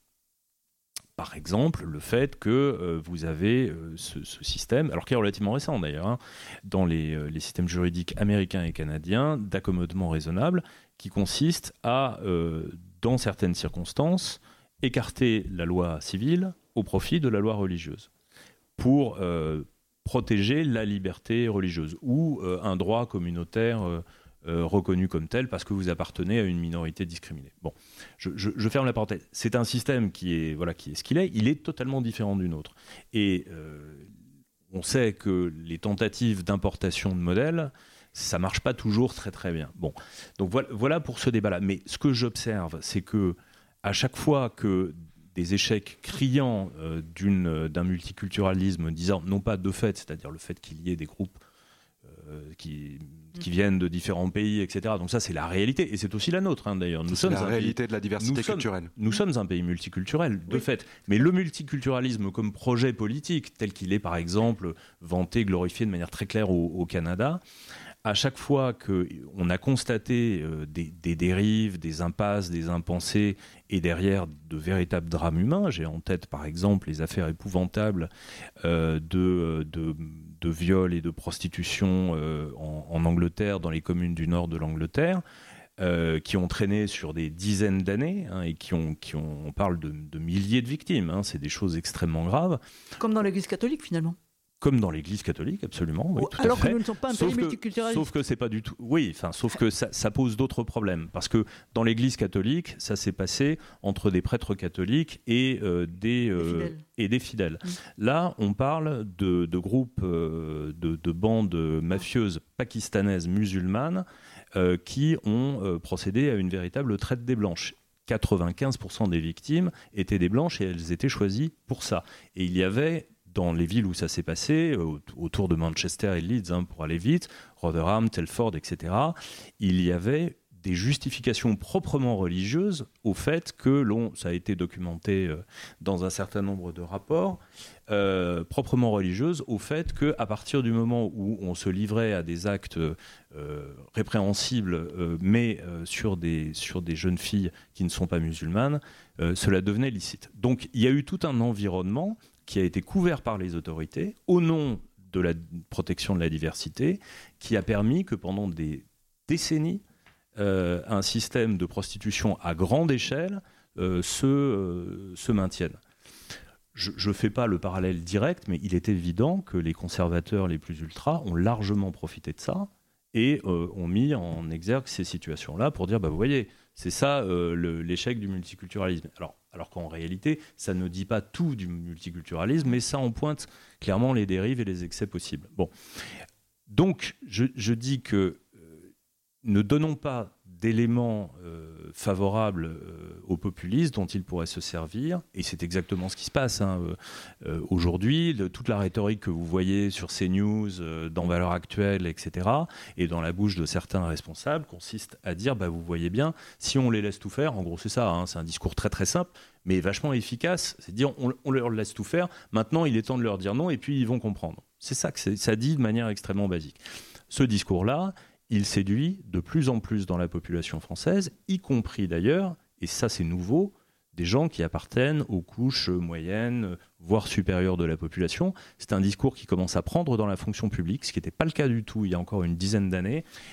Par exemple, le fait que euh, vous avez euh, ce, ce système, alors qui est relativement récent d'ailleurs, hein, dans les, euh, les systèmes juridiques américains et canadiens, d'accommodement raisonnable, qui consiste à, euh, dans certaines circonstances, écarter la loi civile au profit de la loi religieuse pour euh, protéger la liberté religieuse ou euh, un droit communautaire euh, euh, reconnu comme tel parce que vous appartenez à une minorité discriminée. Bon, je, je, je ferme la parenthèse. C'est un système qui est, voilà, qui est ce qu'il est. Il est totalement différent du nôtre. Et euh, on sait que les tentatives d'importation de modèles, ça marche pas toujours très très bien. Bon, donc voilà, voilà pour ce débat-là. Mais ce que j'observe, c'est que à chaque fois que des échecs criants euh, d'une, d'un multiculturalisme disant, non pas de fait, c'est-à-dire le fait qu'il y ait des groupes euh, qui, qui viennent de différents pays, et cetera. Donc ça, c'est la réalité, et c'est aussi la nôtre, hein, d'ailleurs. Nous C'est sommes la un réalité pays, de la diversité nous sommes, culturelle. Nous sommes un pays multiculturel, de oui. fait. Mais le multiculturalisme comme projet politique, tel qu'il est, par exemple, vanté, glorifié de manière très claire au, au Canada, à chaque fois qu'on a constaté euh, des, des dérives, des impasses, des impensés et derrière de véritables drames humains, j'ai en tête par exemple les affaires épouvantables euh, de, de, de viols et de prostitution euh, en, en Angleterre, dans les communes du nord de l'Angleterre, euh, qui ont traîné sur des dizaines d'années hein, et qui ont, qui ont, on parle de, de milliers de victimes, hein, c'est des choses extrêmement graves. Comme dans l'Église catholique finalement. Comme dans l'Église catholique, absolument. Oui, tout Alors à fait. que nous ne sommes pas un pays multiculturaliste. Sauf que c'est pas du tout. Oui, enfin, sauf que ça, ça pose d'autres problèmes. Parce que dans l'Église catholique, ça s'est passé entre des prêtres catholiques et euh, des, euh, des fidèles. Et des fidèles. Mmh. Là, on parle de, de groupes, euh, de, de bandes mafieuses pakistanaises musulmanes euh, qui ont euh, procédé à une véritable traite des blanches. quatre-vingt-quinze pour cent des victimes étaient des blanches et elles étaient choisies pour ça. Et il y avait dans les villes où ça s'est passé, autour de Manchester et Leeds, hein, pour aller vite, Rotherham, Telford, et cetera, il y avait des justifications proprement religieuses au fait que l'on, ça a été documenté euh, dans un certain nombre de rapports, euh, proprement religieuses au fait qu'à partir du moment où on se livrait à des actes euh, répréhensibles, euh, mais euh, sur, des, sur des jeunes filles qui ne sont pas musulmanes, euh, cela devenait licite. Donc il y a eu tout un environnement qui a été couvert par les autorités au nom de la protection de la diversité, qui a permis que pendant des décennies, euh, un système de prostitution à grande échelle euh, se, euh, se maintienne. Je ne fais pas le parallèle direct, mais il est évident que les conservateurs les plus ultras ont largement profité de ça et euh, ont mis en exergue ces situations-là pour dire, bah, vous voyez, c'est ça euh, le, l'échec du multiculturalisme. Alors, alors qu'en réalité, ça ne dit pas tout du multiculturalisme, mais ça en pointe clairement les dérives et les excès possibles. Bon. Donc, je, je dis que euh, ne donnons pas d'éléments euh, favorables euh, aux populistes dont ils pourraient se servir, et c'est exactement ce qui se passe hein, euh, aujourd'hui. Le, toute la rhétorique que vous voyez sur CNews, euh, dans Valeurs Actuelles, et cetera, et dans la bouche de certains responsables, consiste à dire, bah, vous voyez bien, si on les laisse tout faire, en gros c'est ça, hein, c'est un discours très très simple, mais vachement efficace, c'est dire on, on leur laisse tout faire, maintenant il est temps de leur dire non, et puis ils vont comprendre. C'est ça que c'est, ça dit de manière extrêmement basique. Ce discours-là, il séduit de plus en plus dans la population française, y compris d'ailleurs, et ça c'est nouveau, des gens qui appartiennent aux couches moyennes, voire supérieures de la population. C'est un discours qui commence à prendre dans la fonction publique, ce qui n'était pas le cas du tout il y a encore une dizaine d'années,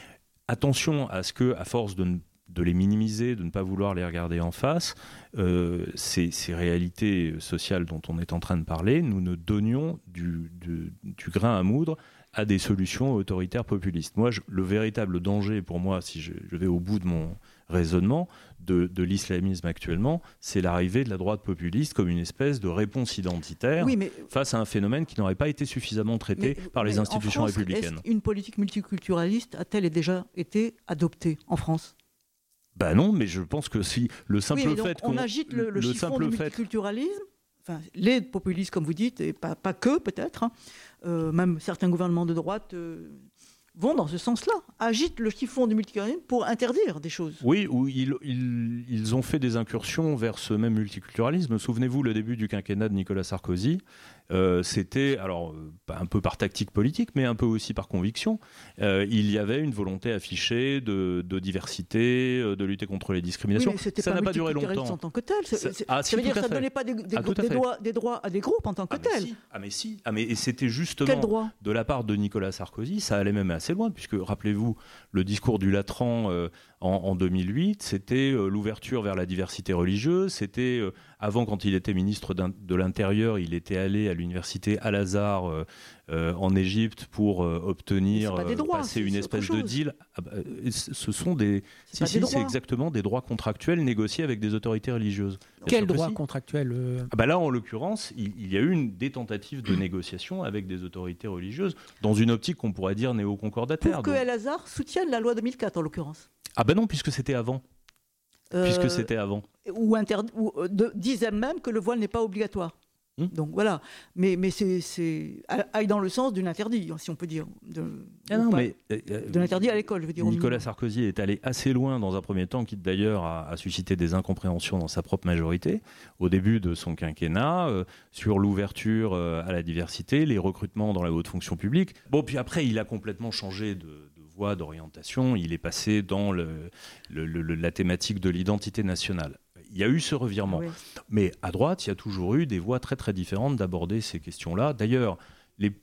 attention à ce que, à force de, de les minimiser, de ne pas vouloir les regarder en face, euh, ces, ces réalités sociales dont on est en train de parler, nous ne donnions du, du, du grain à moudre à des solutions autoritaires populistes. Moi, je, le véritable danger pour moi, si je, je vais au bout de mon raisonnement, de, de l'islamisme actuellement, c'est l'arrivée de la droite populiste comme une espèce de réponse identitaire oui, mais, face à un phénomène qui n'aurait pas été suffisamment traité mais, par les mais institutions en France, républicaines. Est-ce une politique multiculturaliste a-t-elle déjà été adoptée en France ? Ben non, mais je pense que si le simple oui, donc, fait on qu'on... agite le, le, le chiffon du fait... multiculturalisme, enfin, les populistes comme vous dites, et pas, pas que peut-être, hein, euh, même certains gouvernements de droite euh, vont dans ce sens-là, agitent le chiffon du multiculturalisme pour interdire des choses. Oui, ou ils, ils, ils ont fait des incursions vers ce même multiculturalisme. Souvenez-vous, le début du quinquennat de Nicolas Sarkozy, euh, c'était, alors, un peu par tactique politique, mais un peu aussi par conviction. Euh, il y avait une volonté affichée de, de diversité, de lutter contre les discriminations. Oui, mais c'était ça pas n'a pas duré multiculturaliste longtemps. en tant que tel. C'est, ça, c'est, ah, ça si, veut dire que ça ne fait. donnait pas des, des, ah, des, droits, des droits à des groupes en tant que ah, tel. Mais si. Ah mais si, ah, mais, et c'était justement Quel droit ? De la part de Nicolas Sarkozy, ça allait même assez loin, puisque, rappelez-vous, le discours du Latran euh, en, en deux mille huit, c'était euh, l'ouverture vers la diversité religieuse, c'était, euh, avant, quand il était ministre de l'Intérieur, il était allé à l'université Al-Azhar euh, euh, en Égypte pour euh, obtenir, euh, droits, passer une espèce de deal. Ah bah, ce sont des... C'est, si, si, des c'est exactement des droits contractuels négociés avec des autorités religieuses. Quels droits si. contractuels euh... ah bah Là, en l'occurrence, il, il y a eu une, des tentatives de négociation avec des autorités religieuses, dans une optique qu'on pourrait dire néo-concordataire. Pour que Al-Azhar soutienne la loi deux mille quatre, en l'occurrence. Ah ben non, puisque c'était avant. Euh, puisque c'était avant. Ou, inter- ou euh, de, disaient même que le voile n'est pas obligatoire. Hum. Donc voilà. Mais, mais c'est, c'est aille dans le sens d'un interdit, si on peut dire. De, ah non, pas, mais, euh, de l'interdit à l'école, je veux dire. Nicolas Sarkozy est allé assez loin dans un premier temps, qui d'ailleurs a, a suscité des incompréhensions dans sa propre majorité, au début de son quinquennat, euh, sur l'ouverture euh, à la diversité, les recrutements dans la haute fonction publique. Bon, puis après, il a complètement changé de... voie d'orientation, il est passé dans le, le, le, la thématique de l'identité nationale. Il y a eu ce revirement. Oui. Mais à droite, il y a toujours eu des voies très très différentes d'aborder ces questions-là. D'ailleurs, les,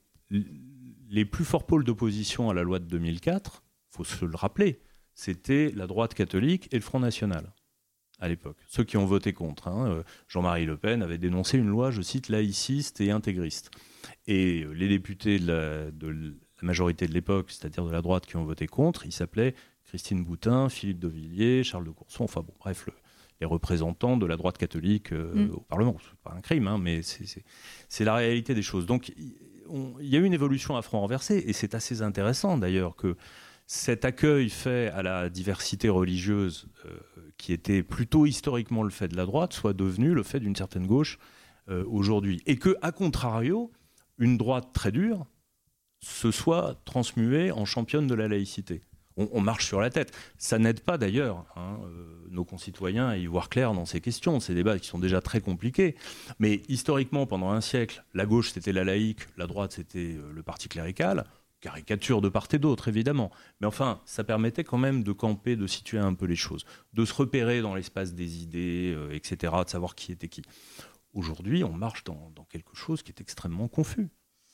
les plus forts pôles d'opposition à la loi de deux mille quatre, il faut se le rappeler, c'était la droite catholique et le Front National à l'époque. Ceux qui ont voté contre. Hein. Jean-Marie Le Pen avait dénoncé une loi, je cite, laïciste et intégriste. Et les députés de la, de la majorité de l'époque, c'est-à-dire de la droite, qui ont voté contre, ils s'appelaient Christine Boutin, Philippe Devilliers, Charles de Courson, enfin bon, bref, le, les représentants de la droite catholique euh, mmh. au Parlement. C'est pas un crime, hein, mais c'est, c'est, c'est la réalité des choses. Donc il y a eu une évolution à front renversé, et c'est assez intéressant d'ailleurs que cet accueil fait à la diversité religieuse, euh, qui était plutôt historiquement le fait de la droite, soit devenu le fait d'une certaine gauche euh, aujourd'hui. Et que, à contrario, une droite très dure se soit transmuée en championne de la laïcité. On, on marche sur la tête. Ça n'aide pas d'ailleurs hein, euh, nos concitoyens à y voir clair dans ces questions, ces débats qui sont déjà très compliqués. Mais historiquement, pendant un siècle, la gauche c'était la laïque, la droite c'était euh, le parti clérical. Caricature de part et d'autre, évidemment. Mais enfin, ça permettait quand même de camper, de situer un peu les choses, de se repérer dans l'espace des idées, euh, et cetera, de savoir qui était qui. Aujourd'hui, on marche dans, dans quelque chose qui est extrêmement confus.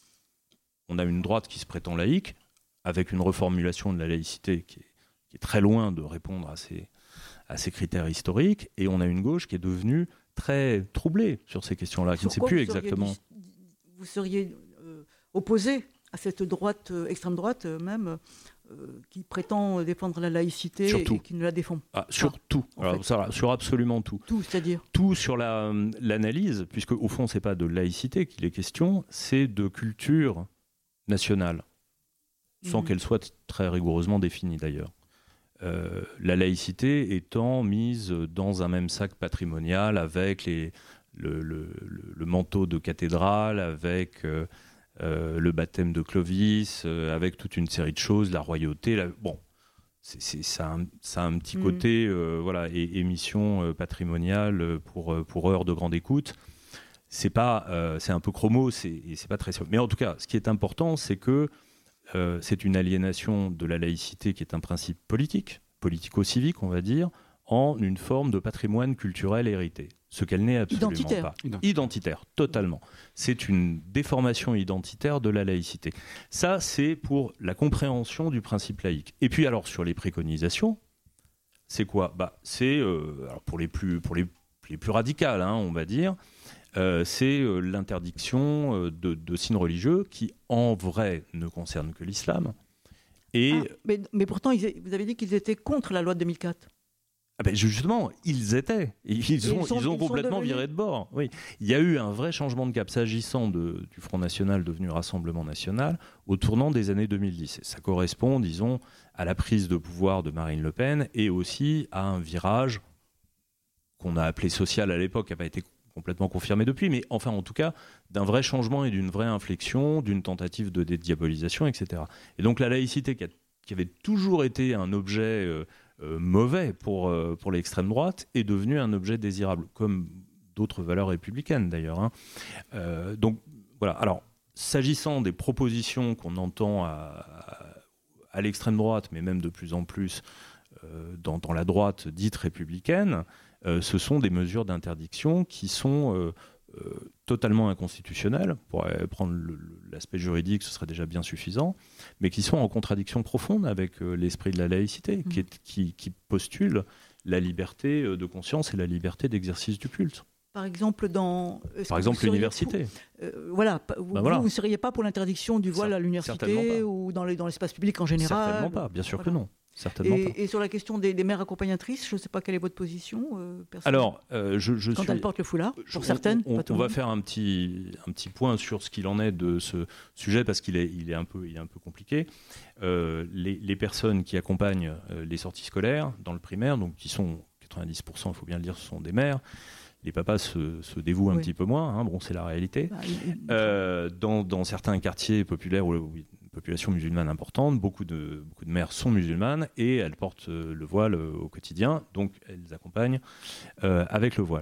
On a une droite qui se prétend laïque, avec une reformulation de la laïcité qui est, qui est très loin de répondre à ces, à ces critères historiques, et on a une gauche qui est devenue très troublée sur ces questions-là, qui ne sait plus exactement... Dit, vous seriez euh, opposé à cette droite, euh, extrême droite euh, même, euh, qui prétend défendre la laïcité Surtout. Et qui ne la défend ah, Sur tout, Alors, ça, sur absolument tout. Tout, c'est-à-dire Tout sur la, l'analyse, puisque au fond, ce n'est pas de laïcité qu'il est question, c'est de culture nationale, sans mmh. qu'elle soit très rigoureusement définie d'ailleurs. Euh, la laïcité étant mise dans un même sac patrimonial avec les, le, le, le, le manteau de cathédrale, avec... Euh, Euh, le baptême de Clovis, euh, avec toute une série de choses, la royauté. La... Bon, c'est, c'est, ça, a un, ça a un petit mmh. côté, euh, voilà, et, émission euh, patrimoniale pour, pour heure de grande écoute. C'est, pas, euh, c'est un peu chromo, c'est, et c'est pas très sûr. Mais en tout cas, ce qui est important, c'est que euh, c'est une aliénation de la laïcité qui est un principe politique, politico-civique, on va dire, en une forme de patrimoine culturel hérité, ce qu'elle n'est absolument Identitaire. pas. Identitaire, totalement. C'est une déformation identitaire de la laïcité. Ça, c'est pour la compréhension du principe laïque. Et puis alors, sur les préconisations, c'est quoi ? Bah, c'est, euh, alors pour les plus, pour les, les plus radicales, hein, on va dire, euh, c'est euh, l'interdiction euh, de, de signes religieux qui, en vrai, ne concernent que l'islam. Et... Ah, mais, mais pourtant, ils, vous avez dit qu'ils étaient contre la loi de deux mille quatre. Ah ben justement, ils étaient. Ils ont, ils sont, ils ont ils complètement devenus... viré de bord. Oui. Il y a eu un vrai changement de cap s'agissant de, du Front National devenu Rassemblement National au tournant des années deux mille dix. Et ça correspond, disons, à la prise de pouvoir de Marine Le Pen et aussi à un virage qu'on a appelé social à l'époque, qui n'a pas été complètement confirmé depuis, mais enfin en tout cas d'un vrai changement et d'une vraie inflexion, d'une tentative de dédiabolisation, et cetera. Et donc la laïcité qui, a, qui avait toujours été un objet... Euh, Euh, mauvais pour, euh, pour l'extrême droite est devenu un objet désirable, comme d'autres valeurs républicaines d'ailleurs. Hein. Euh, donc voilà. Alors, s'agissant des propositions qu'on entend à, à, à l'extrême droite, mais même de plus en plus euh, dans, dans la droite dite républicaine, euh, ce sont des mesures d'interdiction qui sont euh, euh, totalement inconstitutionnelles. Pour prendre le, l'aspect juridique, ce serait déjà bien suffisant, mais qui sont en contradiction profonde avec euh, l'esprit de la laïcité, mmh. qui, est, qui, qui postule la liberté de conscience et la liberté d'exercice du culte. Par exemple, dans... Par exemple, l'université. Pour, euh, voilà, vous, ben voilà. vous ne seriez pas pour l'interdiction du voile Ça, à l'université ou dans, les, dans l'espace public en général? Certainement pas, bien sûr voilà. que non. Certainement et, pas. et sur la question des, des mères accompagnatrices, je ne sais pas quelle est votre position euh, Alors, euh, je, je quand suis... elles portent le foulard, pour je, certaines. On, on, pas tout on va monde. faire un petit, un petit point sur ce qu'il en est de ce sujet parce qu'il est, il est, un, peu, il est un peu compliqué. Euh, les, les personnes qui accompagnent euh, les sorties scolaires dans le primaire, donc qui sont quatre-vingt-dix pour cent, il faut bien le dire, ce sont des mères. Les papas se, se dévouent un oui. petit peu moins, hein, bon, c'est la réalité. Bah, il... euh, dans, dans certains quartiers populaires où, où population musulmane importante, beaucoup de, beaucoup de mères sont musulmanes et elles portent le voile au quotidien, donc elles accompagnent euh, avec le voile.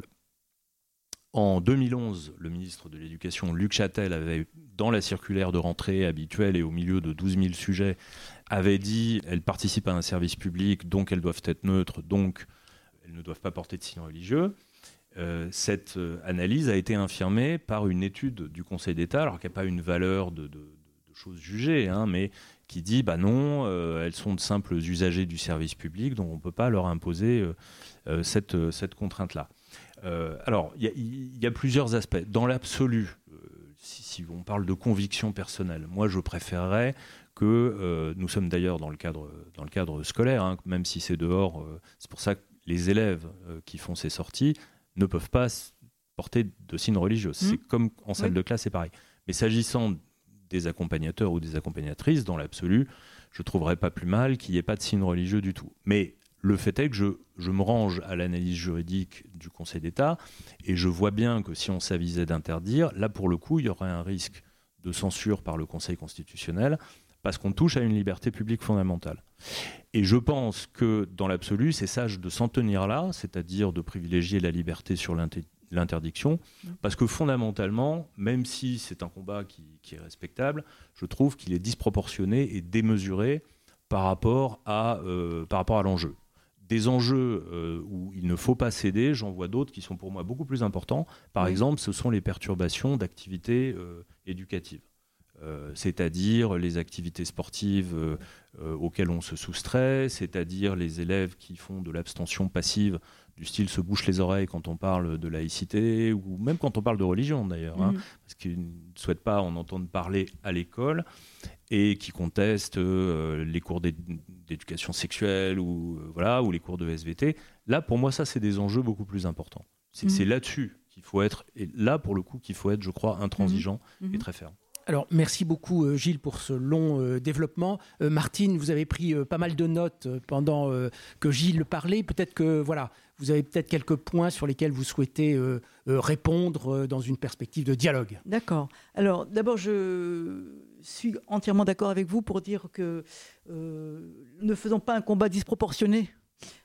En deux mille onze, le ministre de l'Éducation, Luc Châtel, avait, dans la circulaire de rentrée habituelle et au milieu de douze mille sujets, avait dit « elles participent à un service public, donc elles doivent être neutres, donc elles ne doivent pas porter de signes religieux ». Euh, cette euh, analyse a été infirmée par une étude du Conseil d'État, alors qu'il n'y a pas une valeur de... de choses jugées, hein, mais qui dit bah non, euh, elles sont de simples usagers du service public, donc on ne peut pas leur imposer euh, euh, cette, euh, cette contrainte-là. Euh, alors, il y, y a plusieurs aspects. Dans l'absolu, euh, si, si on parle de conviction personnelle, moi je préférerais que, euh, nous sommes d'ailleurs dans le cadre, dans le cadre scolaire, hein, même si c'est dehors, euh, c'est pour ça que les élèves euh, qui font ces sorties ne peuvent pas porter de signes religieux. Mmh. C'est comme en salle oui. de classe, c'est pareil. Mais s'agissant des accompagnateurs ou des accompagnatrices, dans l'absolu, je ne trouverais pas plus mal qu'il n'y ait pas de signe religieux du tout. Mais le fait est que je, je me range à l'analyse juridique du Conseil d'État et je vois bien que si on s'avisait d'interdire, là pour le coup, il y aurait un risque de censure par le Conseil constitutionnel parce qu'on touche à une liberté publique fondamentale. Et je pense que dans l'absolu, c'est sage de s'en tenir là, c'est-à-dire de privilégier la liberté sur l'inté- l'interdiction, parce que fondamentalement, même si c'est un combat qui, qui est respectable, je trouve qu'il est disproportionné et démesuré par rapport à, euh, par rapport à l'enjeu. Des enjeux euh, où il ne faut pas céder, j'en vois d'autres qui sont pour moi beaucoup plus importants. Par oui. exemple, ce sont les perturbations d'activités euh, éducatives. Euh, c'est-à-dire les activités sportives euh, euh, auxquelles on se soustrait, c'est-à-dire les élèves qui font de l'abstention passive, du style se bouche les oreilles quand on parle de laïcité, ou même quand on parle de religion d'ailleurs, mmh. hein, parce qu'ils ne souhaitent pas en entendre parler à l'école, et qui contestent euh, les cours d'éducation sexuelle, ou, euh, voilà, ou les cours de S V T. Là, pour moi, ça, c'est des enjeux beaucoup plus importants. C'est, mmh. c'est là-dessus qu'il faut être, et là, pour le coup, qu'il faut être, je crois, intransigeant mmh. et très ferme. Alors, merci beaucoup, euh, Gilles, pour ce long euh, développement. Euh, Martine, vous avez pris euh, pas mal de notes euh, pendant euh, que Gilles parlait. Peut-être que, voilà, vous avez peut-être quelques points sur lesquels vous souhaitez euh, euh, répondre euh, dans une perspective de dialogue. D'accord. Alors, d'abord, je suis entièrement d'accord avec vous pour dire que euh, ne faisons pas un combat disproportionné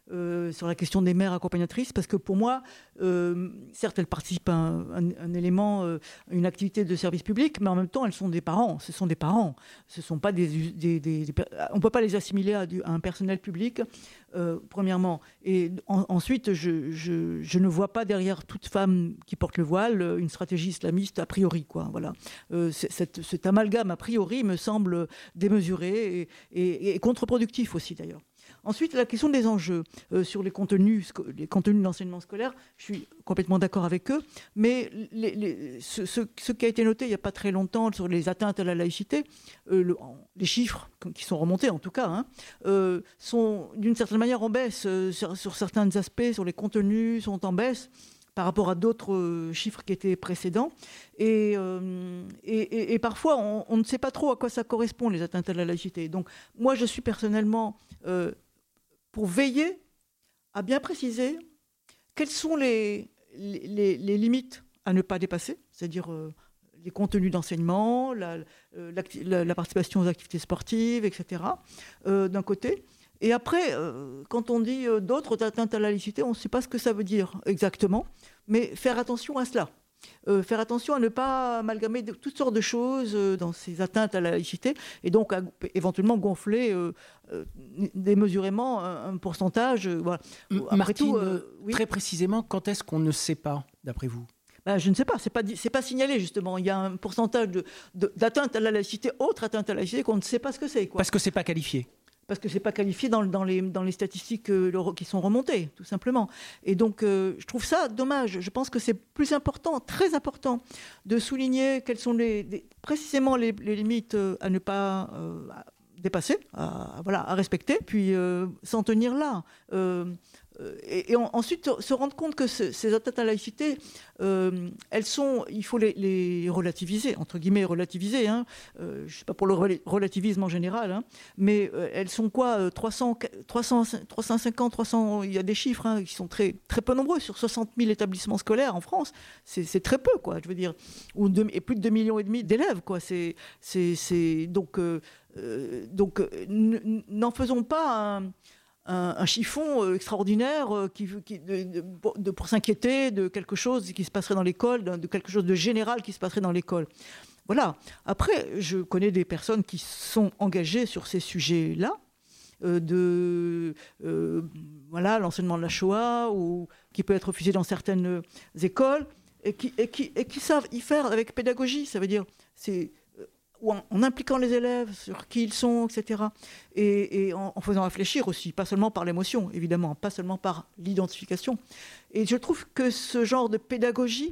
euh, sur la question des mères accompagnatrices, parce que pour moi, euh, certes, elles participent à un, un, un élément, euh, une activité de service public, mais en même temps, elles sont des parents. Ce sont des parents. Ce sont pas des, des, des, des on ne peut pas les assimiler à, du, à un personnel public, euh, premièrement. Et en, ensuite, je, je, je ne vois pas derrière toute femme qui porte le voile une stratégie islamiste a priori, quoi. Voilà. Euh, cette, cet amalgame a priori me semble démesuré et, et, et contre-productif aussi, d'ailleurs. Ensuite, la question des enjeux euh, sur les contenus, les contenus d'enseignement scolaire, je suis complètement d'accord avec eux, mais les, les, ce, ce, ce qui a été noté il n'y a pas très longtemps sur les atteintes à la laïcité, euh, le, les chiffres qui sont remontés en tout cas, hein, euh, sont d'une certaine manière en baisse euh, sur, sur certains aspects, sur les contenus sont en baisse par rapport à d'autres euh, chiffres qui étaient précédents. Et, euh, et, et, et parfois, on, on ne sait pas trop à quoi ça correspond, les atteintes à la laïcité. Donc, moi, je suis personnellement euh, pour veiller à bien préciser quelles sont les, les, les limites à ne pas dépasser, c'est-à-dire euh, les contenus d'enseignement, la, la, la participation aux activités sportives, et cetera, euh, d'un côté. Et après, euh, quand on dit euh, d'autres atteintes à la laïcité, on ne sait pas ce que ça veut dire exactement, mais faire attention à cela. Euh, faire attention à ne pas amalgamer de, toutes sortes de choses euh, dans ces atteintes à la laïcité, et donc à, éventuellement gonfler euh, euh, démesurément un, un pourcentage. Euh, voilà. Après Martine, tout, euh, oui. Très précisément, quand est-ce qu'on ne sait pas, d'après vous ? Ben, je ne sais pas, c'est pas, c'est pas signalé justement. Il y a un pourcentage de, de, d'atteinte à la laïcité, autre atteinte à la laïcité, qu'on ne sait pas ce que c'est, quoi. Parce que c'est pas qualifié. Parce que ce n'est pas qualifié dans, dans, les, dans les statistiques euh, qui sont remontées, tout simplement. Et donc, euh, je trouve ça dommage. Je pense que c'est plus important, très important, de souligner quelles sont les, les, précisément les, les limites euh, à ne pas euh, à dépasser, à, voilà, à respecter, puis euh, s'en tenir là. Euh, Et, et en, ensuite se rendre compte que ce, ces atteintes à la laïcité, euh, elles sont, il faut les, les relativiser, entre guillemets relativiser, hein, euh, je ne suis pas pour le relativisme en général, hein, mais euh, elles sont quoi, trois cents, trois cents, trois cent cinquante, trois cents, il y a des chiffres hein, qui sont très, très peu nombreux, sur soixante mille établissements scolaires en France, c'est, c'est très peu, quoi, je veux dire, ou deux, et plus de deux millions et demi d'élèves, quoi, c'est, c'est, c'est, donc, euh, euh, donc n'en faisons pas un... Un, un chiffon extraordinaire euh, qui, qui, de, de, de, pour s'inquiéter de quelque chose qui se passerait dans l'école, de, de quelque chose de général qui se passerait dans l'école. Voilà. Après, je connais des personnes qui sont engagées sur ces sujets-là, euh, de euh, voilà, l'enseignement de la Shoah, ou qui peut être refusé dans certaines écoles, et qui, et qui, et qui savent y faire avec pédagogie. Ça veut dire, c'est... ou en, en impliquant les élèves sur qui ils sont, et cetera. Et, et en, en faisant réfléchir aussi, pas seulement par l'émotion, évidemment, pas seulement par l'identification. Et je trouve que ce genre de pédagogie,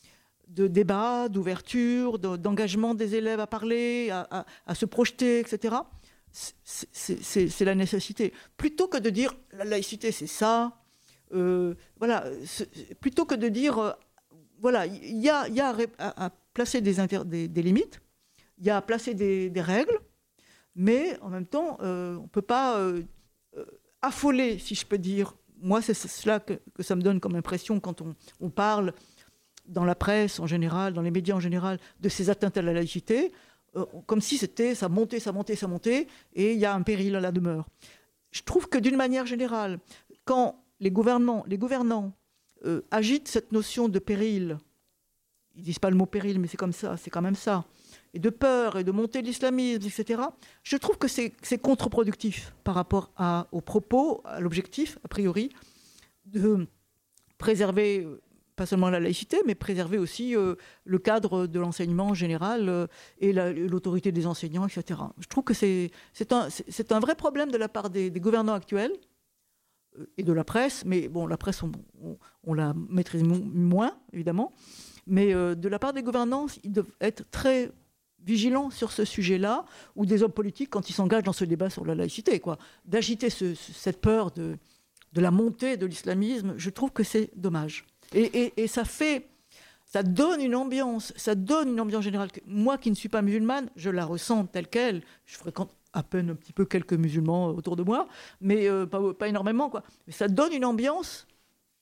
de débat, d'ouverture, de, d'engagement des élèves à parler, à, à, à se projeter, et cetera, c'est, c'est, c'est, c'est la nécessité. Plutôt que de dire la laïcité, c'est ça, euh, voilà, plutôt que de dire, euh, voilà, il y a, y a à, à placer des, inter, des, des limites. Il y a à placer des, des règles, mais en même temps, euh, on ne peut pas euh, euh, affoler, si je peux dire. Moi, c'est cela que, que ça me donne comme impression quand on, on parle dans la presse en général, dans les médias en général, de ces atteintes à la laïcité, euh, comme si c'était ça montait, ça montait, ça montait, et il y a un péril à la demeure. Je trouve que d'une manière générale, quand les gouvernants, les gouvernants euh, agitent cette notion de péril, ils ne disent pas le mot péril, mais c'est comme ça, c'est quand même ça, et de peur, et de montée de l'islamisme, et cetera, je trouve que c'est, c'est contre-productif par rapport à, aux propos, à l'objectif, a priori, de préserver, pas seulement la laïcité, mais préserver aussi euh, le cadre de l'enseignement général euh, et la, l'autorité des enseignants, et cetera. Je trouve que c'est, c'est, un, c'est, c'est un vrai problème de la part des, des gouvernants actuels euh, et de la presse, mais bon, la presse, on, on, on la maîtrise moins, évidemment, mais euh, de la part des gouvernants, ils doivent être très vigilants sur ce sujet-là, ou des hommes politiques quand ils s'engagent dans ce débat sur la laïcité, quoi. D'agiter ce, ce, cette peur de, de la montée de l'islamisme, je trouve que c'est dommage. Et, et, et ça fait, ça donne une ambiance, ça donne une ambiance générale. Moi qui ne suis pas musulmane, je la ressens telle qu'elle. Je fréquente à peine un petit peu quelques musulmans autour de moi, mais euh, pas, pas énormément, quoi. Mais ça donne une ambiance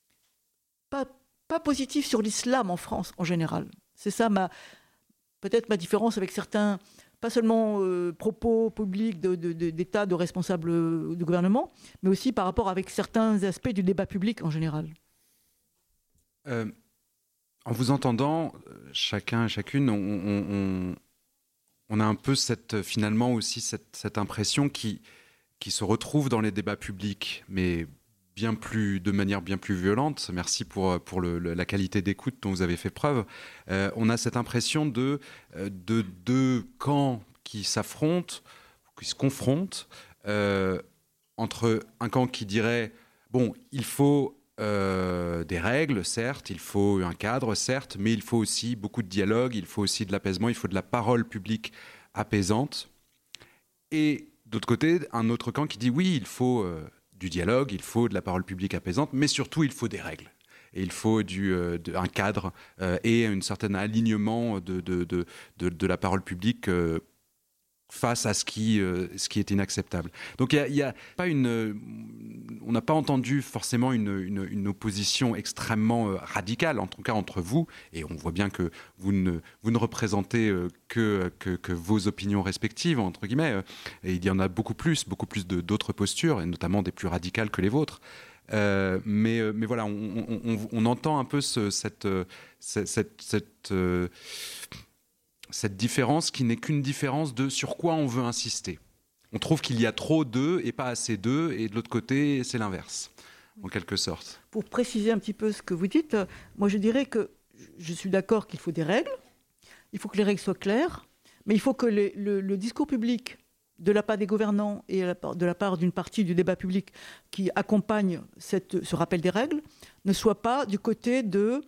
pas, pas positive sur l'islam en France en général. C'est ça ma... peut-être ma différence avec certains pas seulement euh, propos publics de, de, de, d'État, de responsables de gouvernement, mais aussi par rapport avec certains aspects du débat public en général. Euh, en vous entendant, chacun et chacune, on, on, on, on a un peu cette, finalement aussi cette, cette impression qui, qui se retrouve dans les débats publics, mais bien plus, de manière bien plus violente. Merci pour, pour le, le, la qualité d'écoute dont vous avez fait preuve. Euh, on a cette impression de, de deux camps qui s'affrontent, qui se confrontent, euh, entre un camp qui dirait « bon, il faut euh, des règles, certes, il faut un cadre, certes, mais il faut aussi beaucoup de dialogue, il faut aussi de l'apaisement, il faut de la parole publique apaisante. » Et d'autre côté, un autre camp qui dit « oui, il faut euh, du dialogue, il faut de la parole publique apaisante, mais surtout, il faut des règles. » Et il faut du, euh, de, un cadre euh, et un certain alignement de, de, de, de, de la parole publique euh, face à ce qui, euh, ce qui est inacceptable. Donc il y a, a pas une, euh, on n'a pas entendu forcément une, une, une opposition extrêmement euh, radicale, en tout cas entre vous, et on voit bien que vous ne, vous ne représentez euh, que, que, que vos opinions respectives, entre guillemets, euh, et il y en a beaucoup plus, beaucoup plus de, d'autres postures, et notamment des plus radicales que les vôtres. Euh, mais, mais voilà, on, on, on, on entend un peu ce, cette, cette, cette, cette, euh, cette différence qui n'est qu'une différence de sur quoi on veut insister. On trouve qu'il y a trop d'eux et pas assez d'eux, et de l'autre côté, c'est l'inverse, en quelque sorte. Pour préciser un petit peu ce que vous dites, moi je dirais que je suis d'accord qu'il faut des règles, il faut que les règles soient claires, mais il faut que les, le, le discours public de la part des gouvernants et de la part d'une partie du débat public qui accompagne cette, ce rappel des règles, ne soit pas du côté de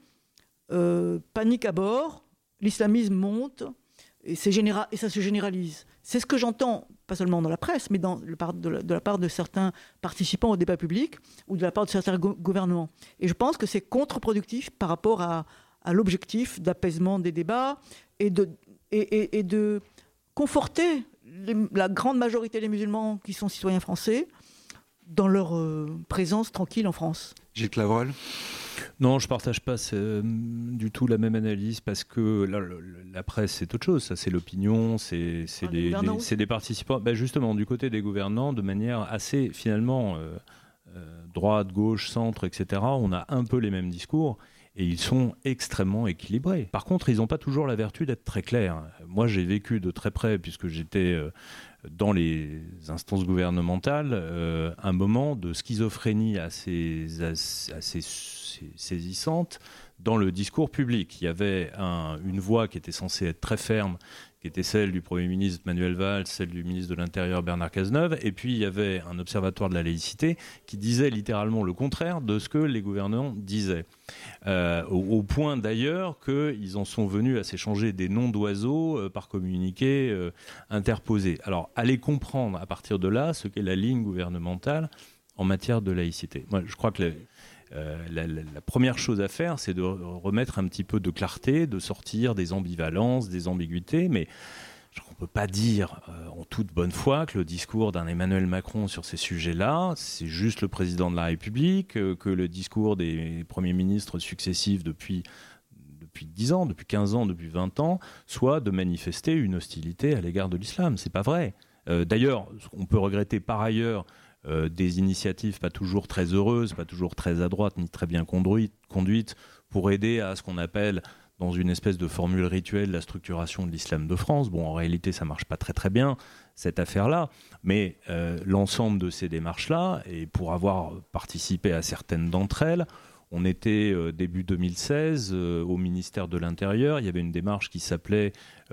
euh, panique à bord, l'islamisme monte et, c'est général, et ça se généralise. C'est ce que j'entends, pas seulement dans la presse, mais dans le part de, la, de la part de certains participants au débat public ou de la part de certains go- gouvernements. Et je pense que c'est contre-productif par rapport à, à l'objectif d'apaisement des débats et de, et, et, et de conforter Les, la grande majorité des musulmans qui sont citoyens français dans leur euh, présence tranquille en France. Gilles Clavreul ? Non, je ne partage pas euh, du tout la même analyse parce que la, la, la presse, c'est autre chose. Ça, c'est l'opinion, c'est, c'est, ah, les, les, c'est des participants. Ben justement, du côté des gouvernants, de manière assez, finalement, euh, euh, droite, gauche, centre, et cetera, on a un peu les mêmes discours. Et ils sont extrêmement équilibrés. Par contre, ils n'ont pas toujours la vertu d'être très clairs. Moi, j'ai vécu de très près, puisque j'étais dans les instances gouvernementales, euh, un moment de schizophrénie assez, assez, assez saisissante dans le discours public. Il y avait un, une voix qui était censée être très ferme, qui était celle du Premier ministre Manuel Valls, celle du ministre de l'Intérieur Bernard Cazeneuve, et puis il y avait un observatoire de la laïcité qui disait littéralement le contraire de ce que les gouvernants disaient. Euh, au, au point d'ailleurs qu'ils en sont venus à s'échanger des noms d'oiseaux euh, par communiqué euh, interposé. Alors, allez comprendre à partir de là ce qu'est la ligne gouvernementale en matière de laïcité. Moi, je crois que les, Euh, la, la, la première chose à faire, c'est de remettre un petit peu de clarté, de sortir des ambivalences, des ambiguïtés, mais on ne peut pas dire euh, en toute bonne foi que le discours d'un Emmanuel Macron sur ces sujets-là, c'est juste le président de la République, euh, que le discours des premiers ministres successifs depuis, depuis dix ans, depuis quinze ans, depuis vingt ans, soit de manifester une hostilité à l'égard de l'islam. C'est pas vrai. Euh, d'ailleurs, on peut regretter par ailleurs Euh, des initiatives pas toujours très heureuses, pas toujours très à droite, ni très bien conduites, conduites pour aider à ce qu'on appelle, dans une espèce de formule rituelle, la structuration de l'islam de France. Bon, en réalité, ça marche pas très très bien, cette affaire-là, mais euh, l'ensemble de ces démarches-là, et pour avoir participé à certaines d'entre elles, on était euh, début deux mille seize euh, au ministère de l'Intérieur, il y avait une démarche qui s'appelait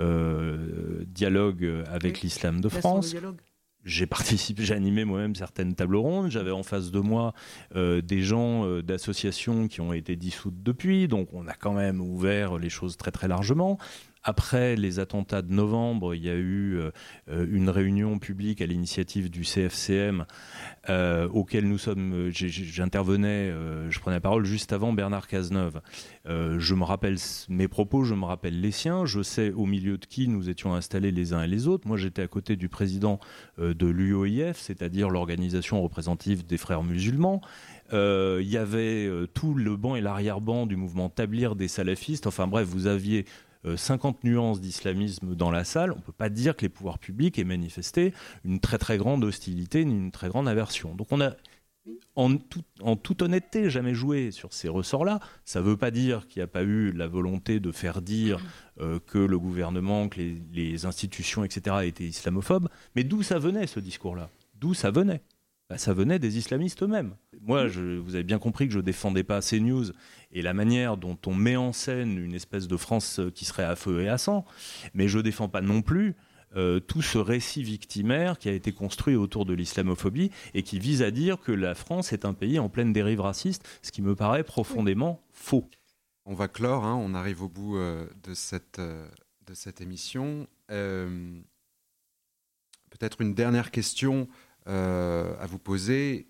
euh, Dialogue avec oui, l'islam de France. J'ai participé, j'ai animé moi-même certaines tables rondes. J'avais en face de moi euh, des gens euh, d'associations qui ont été dissoutes depuis. Donc on a quand même ouvert les choses très très largement. Après les attentats de novembre, il y a eu euh, une réunion publique à l'initiative du C F C M euh, auquel nous sommes. J'intervenais, euh, je prenais la parole juste avant Bernard Cazeneuve. Euh, je me rappelle mes propos, je me rappelle les siens. Je sais au milieu de qui nous étions installés les uns et les autres. Moi, j'étais à côté du président euh, de l'U O I F, c'est-à-dire l'organisation représentative des frères musulmans. Euh, il y avait euh, tout le banc et l'arrière-banc du mouvement Tablir des salafistes. Enfin bref, vous aviez euh, cinquante nuances d'islamisme dans la salle, on ne peut pas dire que les pouvoirs publics aient manifesté une très très grande hostilité, ni une très grande aversion. Donc on a, en, tout, en toute honnêteté, jamais joué sur ces ressorts-là. Ça ne veut pas dire qu'il n'y a pas eu la volonté de faire dire euh, que le gouvernement, que les, les institutions, et cetera étaient islamophobes. Mais d'où ça venait, ce discours-là ? D'où ça venait ? Bah, ça venait des islamistes eux-mêmes. Moi, je, vous avez bien compris que je ne défendais pas CNews et la manière dont on met en scène une espèce de France qui serait à feu et à sang, mais je ne défends pas non plus euh, tout ce récit victimaire qui a été construit autour de l'islamophobie et qui vise à dire que la France est un pays en pleine dérive raciste, ce qui me paraît profondément faux. On va clore, hein, on arrive au bout euh, de, cette, euh, de cette émission. Euh, peut-être une dernière question Euh, à vous poser.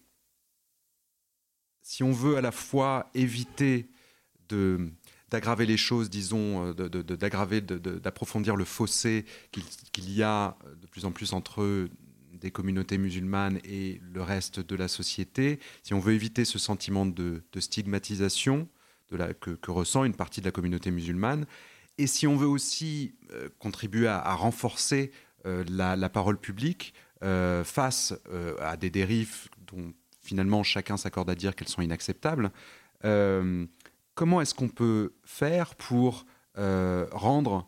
Si on veut à la fois éviter de, d'aggraver les choses, disons, de, de, de, d'aggraver, de, de, d'approfondir le fossé qu'il, qu'il y a de plus en plus entre des communautés musulmanes et le reste de la société, si on veut éviter ce sentiment de, de stigmatisation de la, que, que ressent une partie de la communauté musulmane, et si on veut aussi euh, contribuer à, à renforcer euh, la, la parole publique, Euh, face euh, à des dérives dont finalement chacun s'accorde à dire qu'elles sont inacceptables, euh, comment est-ce qu'on peut faire pour euh, rendre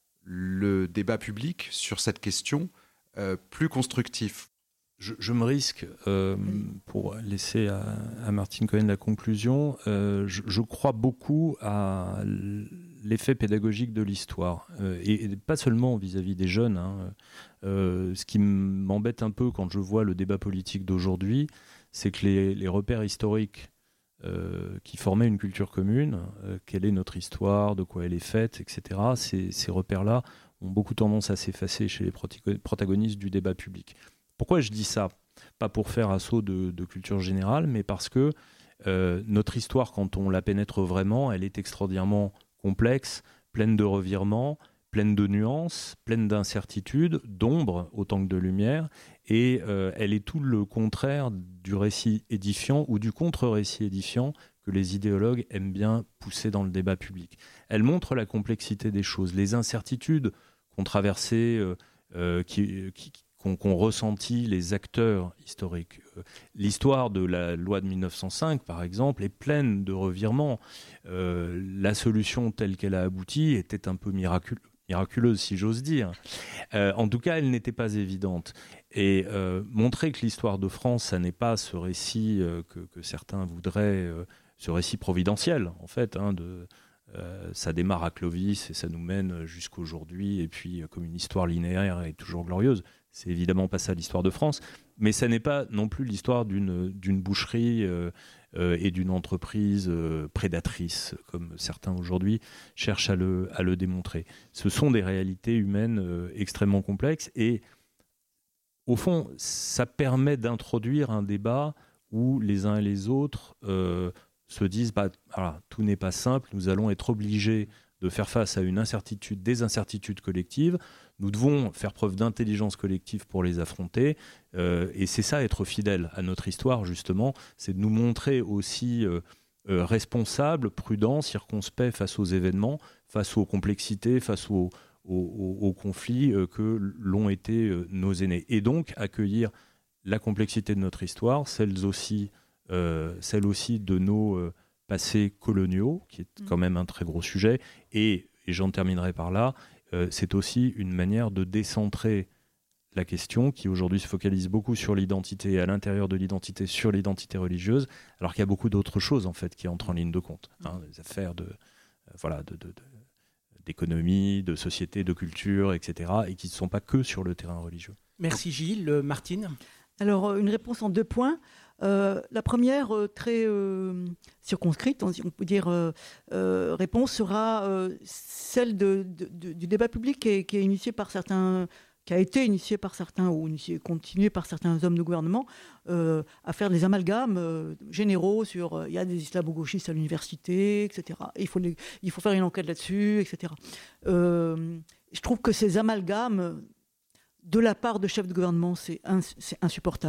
le débat public sur cette question euh, plus constructif ? Je, je me risque, euh, pour laisser à, à Martine Cohen la conclusion, euh, je, je crois beaucoup à l'effet pédagogique de l'histoire, euh, et, et pas seulement vis-à-vis des jeunes. Hein. Euh, ce qui m'embête un peu quand je vois le débat politique d'aujourd'hui, c'est que les, les repères historiques euh, qui formaient une culture commune, euh, quelle est notre histoire, de quoi elle est faite, et cetera, ces, ces repères-là ont beaucoup tendance à s'effacer chez les protagonistes du débat public. Pourquoi je dis ça ? Pas pour faire assaut de, de culture générale, mais parce que euh, notre histoire, quand on la pénètre vraiment, elle est extraordinairement complexe, pleine de revirements, pleine de nuances, pleine d'incertitudes, d'ombres autant que de lumière, et euh, elle est tout le contraire du récit édifiant ou du contre-récit édifiant que les idéologues aiment bien pousser dans le débat public. Elle montre la complexité des choses, les incertitudes qu'ont traversées, euh, euh, qui, qui Qu'ont, qu'ont ressenti les acteurs historiques. L'histoire de la loi de mille neuf cent cinq, par exemple, est pleine de revirements. Euh, la solution telle qu'elle a abouti était un peu miracule, miraculeuse, si j'ose dire. Euh, en tout cas, elle n'était pas évidente. Et euh, montrer que l'histoire de France, ça n'est pas ce récit euh, que, que certains voudraient, euh, ce récit providentiel, en fait, hein, de... Euh, ça démarre à Clovis et ça nous mène jusqu'aujourd'hui, et puis euh, comme une histoire linéaire et toujours glorieuse. C'est évidemment pas ça l'histoire de France, mais ça n'est pas non plus l'histoire d'une, d'une boucherie euh, euh, et d'une entreprise euh, prédatrice, comme certains aujourd'hui cherchent à le, à le démontrer. Ce sont des réalités humaines euh, extrêmement complexes, et au fond, ça permet d'introduire un débat où les uns et les autres euh, se disent bah, voilà, tout n'est pas simple, nous allons être obligés de faire face à une incertitude, des incertitudes collectives, nous devons faire preuve d'intelligence collective pour les affronter, euh, et c'est ça, être fidèle à notre histoire, justement, c'est de nous montrer aussi euh, euh, responsables, prudents, circonspects face aux événements, face aux complexités, face aux, aux, aux, aux conflits euh, que l'ont été euh, nos aînés, et donc accueillir la complexité de notre histoire, celles aussi, euh, celle aussi de nos euh, passés coloniaux, qui est quand même un très gros sujet, et, et j'en terminerai par là, euh, c'est aussi une manière de décentrer la question, qui aujourd'hui se focalise beaucoup sur l'identité, et à l'intérieur de l'identité, sur l'identité religieuse, alors qu'il y a beaucoup d'autres choses en fait qui entrent en ligne de compte, hein, des affaires de, euh, voilà, de, de, de, d'économie, de société, de culture, et cetera, et qui ne sont pas que sur le terrain religieux. Merci Gilles. Euh, Martine ? Alors, une réponse en deux points. Euh, la première, euh, très euh, circonscrite, on, on peut dire, euh, euh, réponse sera euh, celle de, de, de, du débat public qui est, qui est initié par certains, qui a été initié par certains ou initié, continué par certains hommes de gouvernement euh, à faire des amalgames euh, généraux sur il euh, y a des islamo-gauchistes à l'université, et cetera. Et il faut, les, il faut faire une enquête là-dessus, et cetera. Euh, je trouve que ces amalgames de la part de chefs de gouvernement, c'est, ins- c'est insupportable.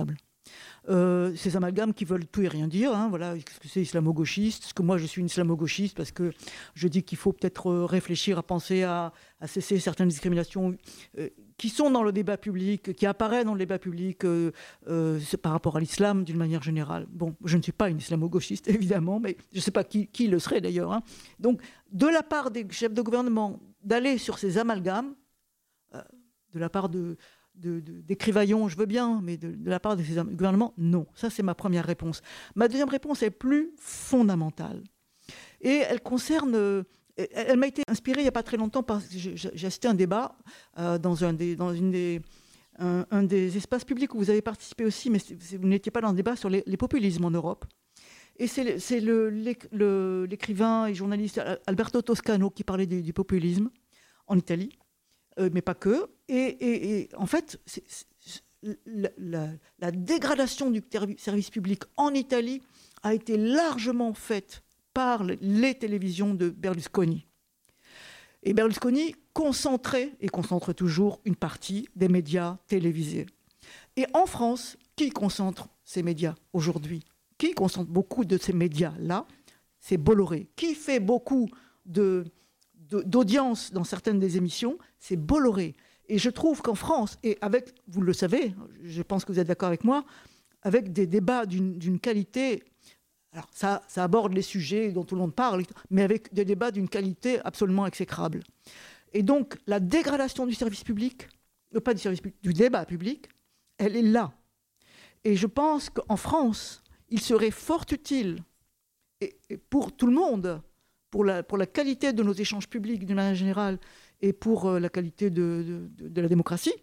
Euh, ces amalgames qui veulent tout et rien dire. Hein, voilà, ce que c'est islamo-gauchiste, ce que moi je suis une islamo-gauchiste parce que je dis qu'il faut peut-être réfléchir à penser à, à cesser certaines discriminations euh, qui sont dans le débat public, qui apparaissent dans le débat public euh, euh, par rapport à l'islam d'une manière générale. Bon, je ne suis pas une islamo-gauchiste évidemment, mais je ne sais pas qui, qui le serait d'ailleurs. Hein. Donc, de la part des chefs de gouvernement, d'aller sur ces amalgames, euh, de la part de De, de, d'écrivaillons, je veux bien, mais de, de la part des gouvernements, non. Ça, c'est ma première réponse. Ma deuxième réponse est plus fondamentale. Et elle concerne... Elle, elle m'a été inspirée il n'y a pas très longtemps parce que j'ai, j'ai assisté à un débat euh, dans, un des, dans une des, un, un des espaces publics où vous avez participé aussi, mais c'est, c'est, vous n'étiez pas dans le débat sur les, les populismes en Europe. Et c'est, c'est le, le, l'écrivain et journaliste Alberto Toscano qui parlait du, du populisme en Italie. Euh, mais pas que. Et, et, et en fait, c'est, c'est, la, la, la dégradation du ter- service public en Italie a été largement faite par les télévisions de Berlusconi. Et Berlusconi concentrait, et concentre toujours, une partie des médias télévisés. Et en France, qui concentre ces médias aujourd'hui ? Qui concentre beaucoup de ces médias-là ? C'est Bolloré. Qui fait beaucoup de... d'audience dans certaines des émissions, c'est Bolloré. Et je trouve qu'en France, et avec, vous le savez, je pense que vous êtes d'accord avec moi, avec des débats d'une, d'une qualité, alors ça, ça aborde les sujets dont tout le monde parle, mais avec des débats d'une qualité absolument exécrable. Et donc, la dégradation du service public, euh, pas du service public, du débat public, elle est là. Et je pense qu'en France, il serait fort utile, et, et pour tout le monde, Pour la, pour la qualité de nos échanges publics d'une manière générale et pour euh, la qualité de, de, de la démocratie,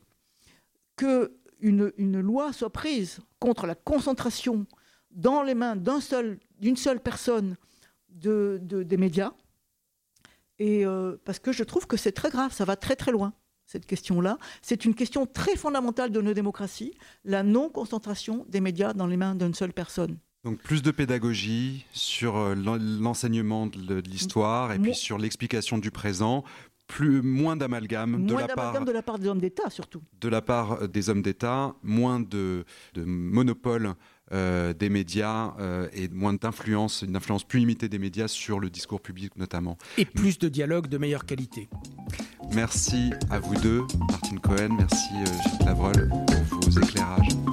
qu'une une loi soit prise contre la concentration dans les mains d'un seul, d'une seule personne de, de, des médias. Et euh, parce que je trouve que c'est très grave, ça va très très loin, cette question-là. C'est une question très fondamentale de nos démocraties, la non-concentration des médias dans les mains d'une seule personne. Donc plus de pédagogie sur l'enseignement de l'histoire et puis sur l'explication du présent, plus, moins d'amalgame, de, moins la d'amalgame part, de la part des hommes d'État surtout. De la part des hommes d'État, moins de, de monopole euh, des médias euh, et moins d'influence, une influence plus limitée des médias sur le discours public notamment. Et plus de dialogue de meilleure qualité. Merci à vous deux, Martine Cohen, merci euh, Gilles Clavreul pour vos éclairages.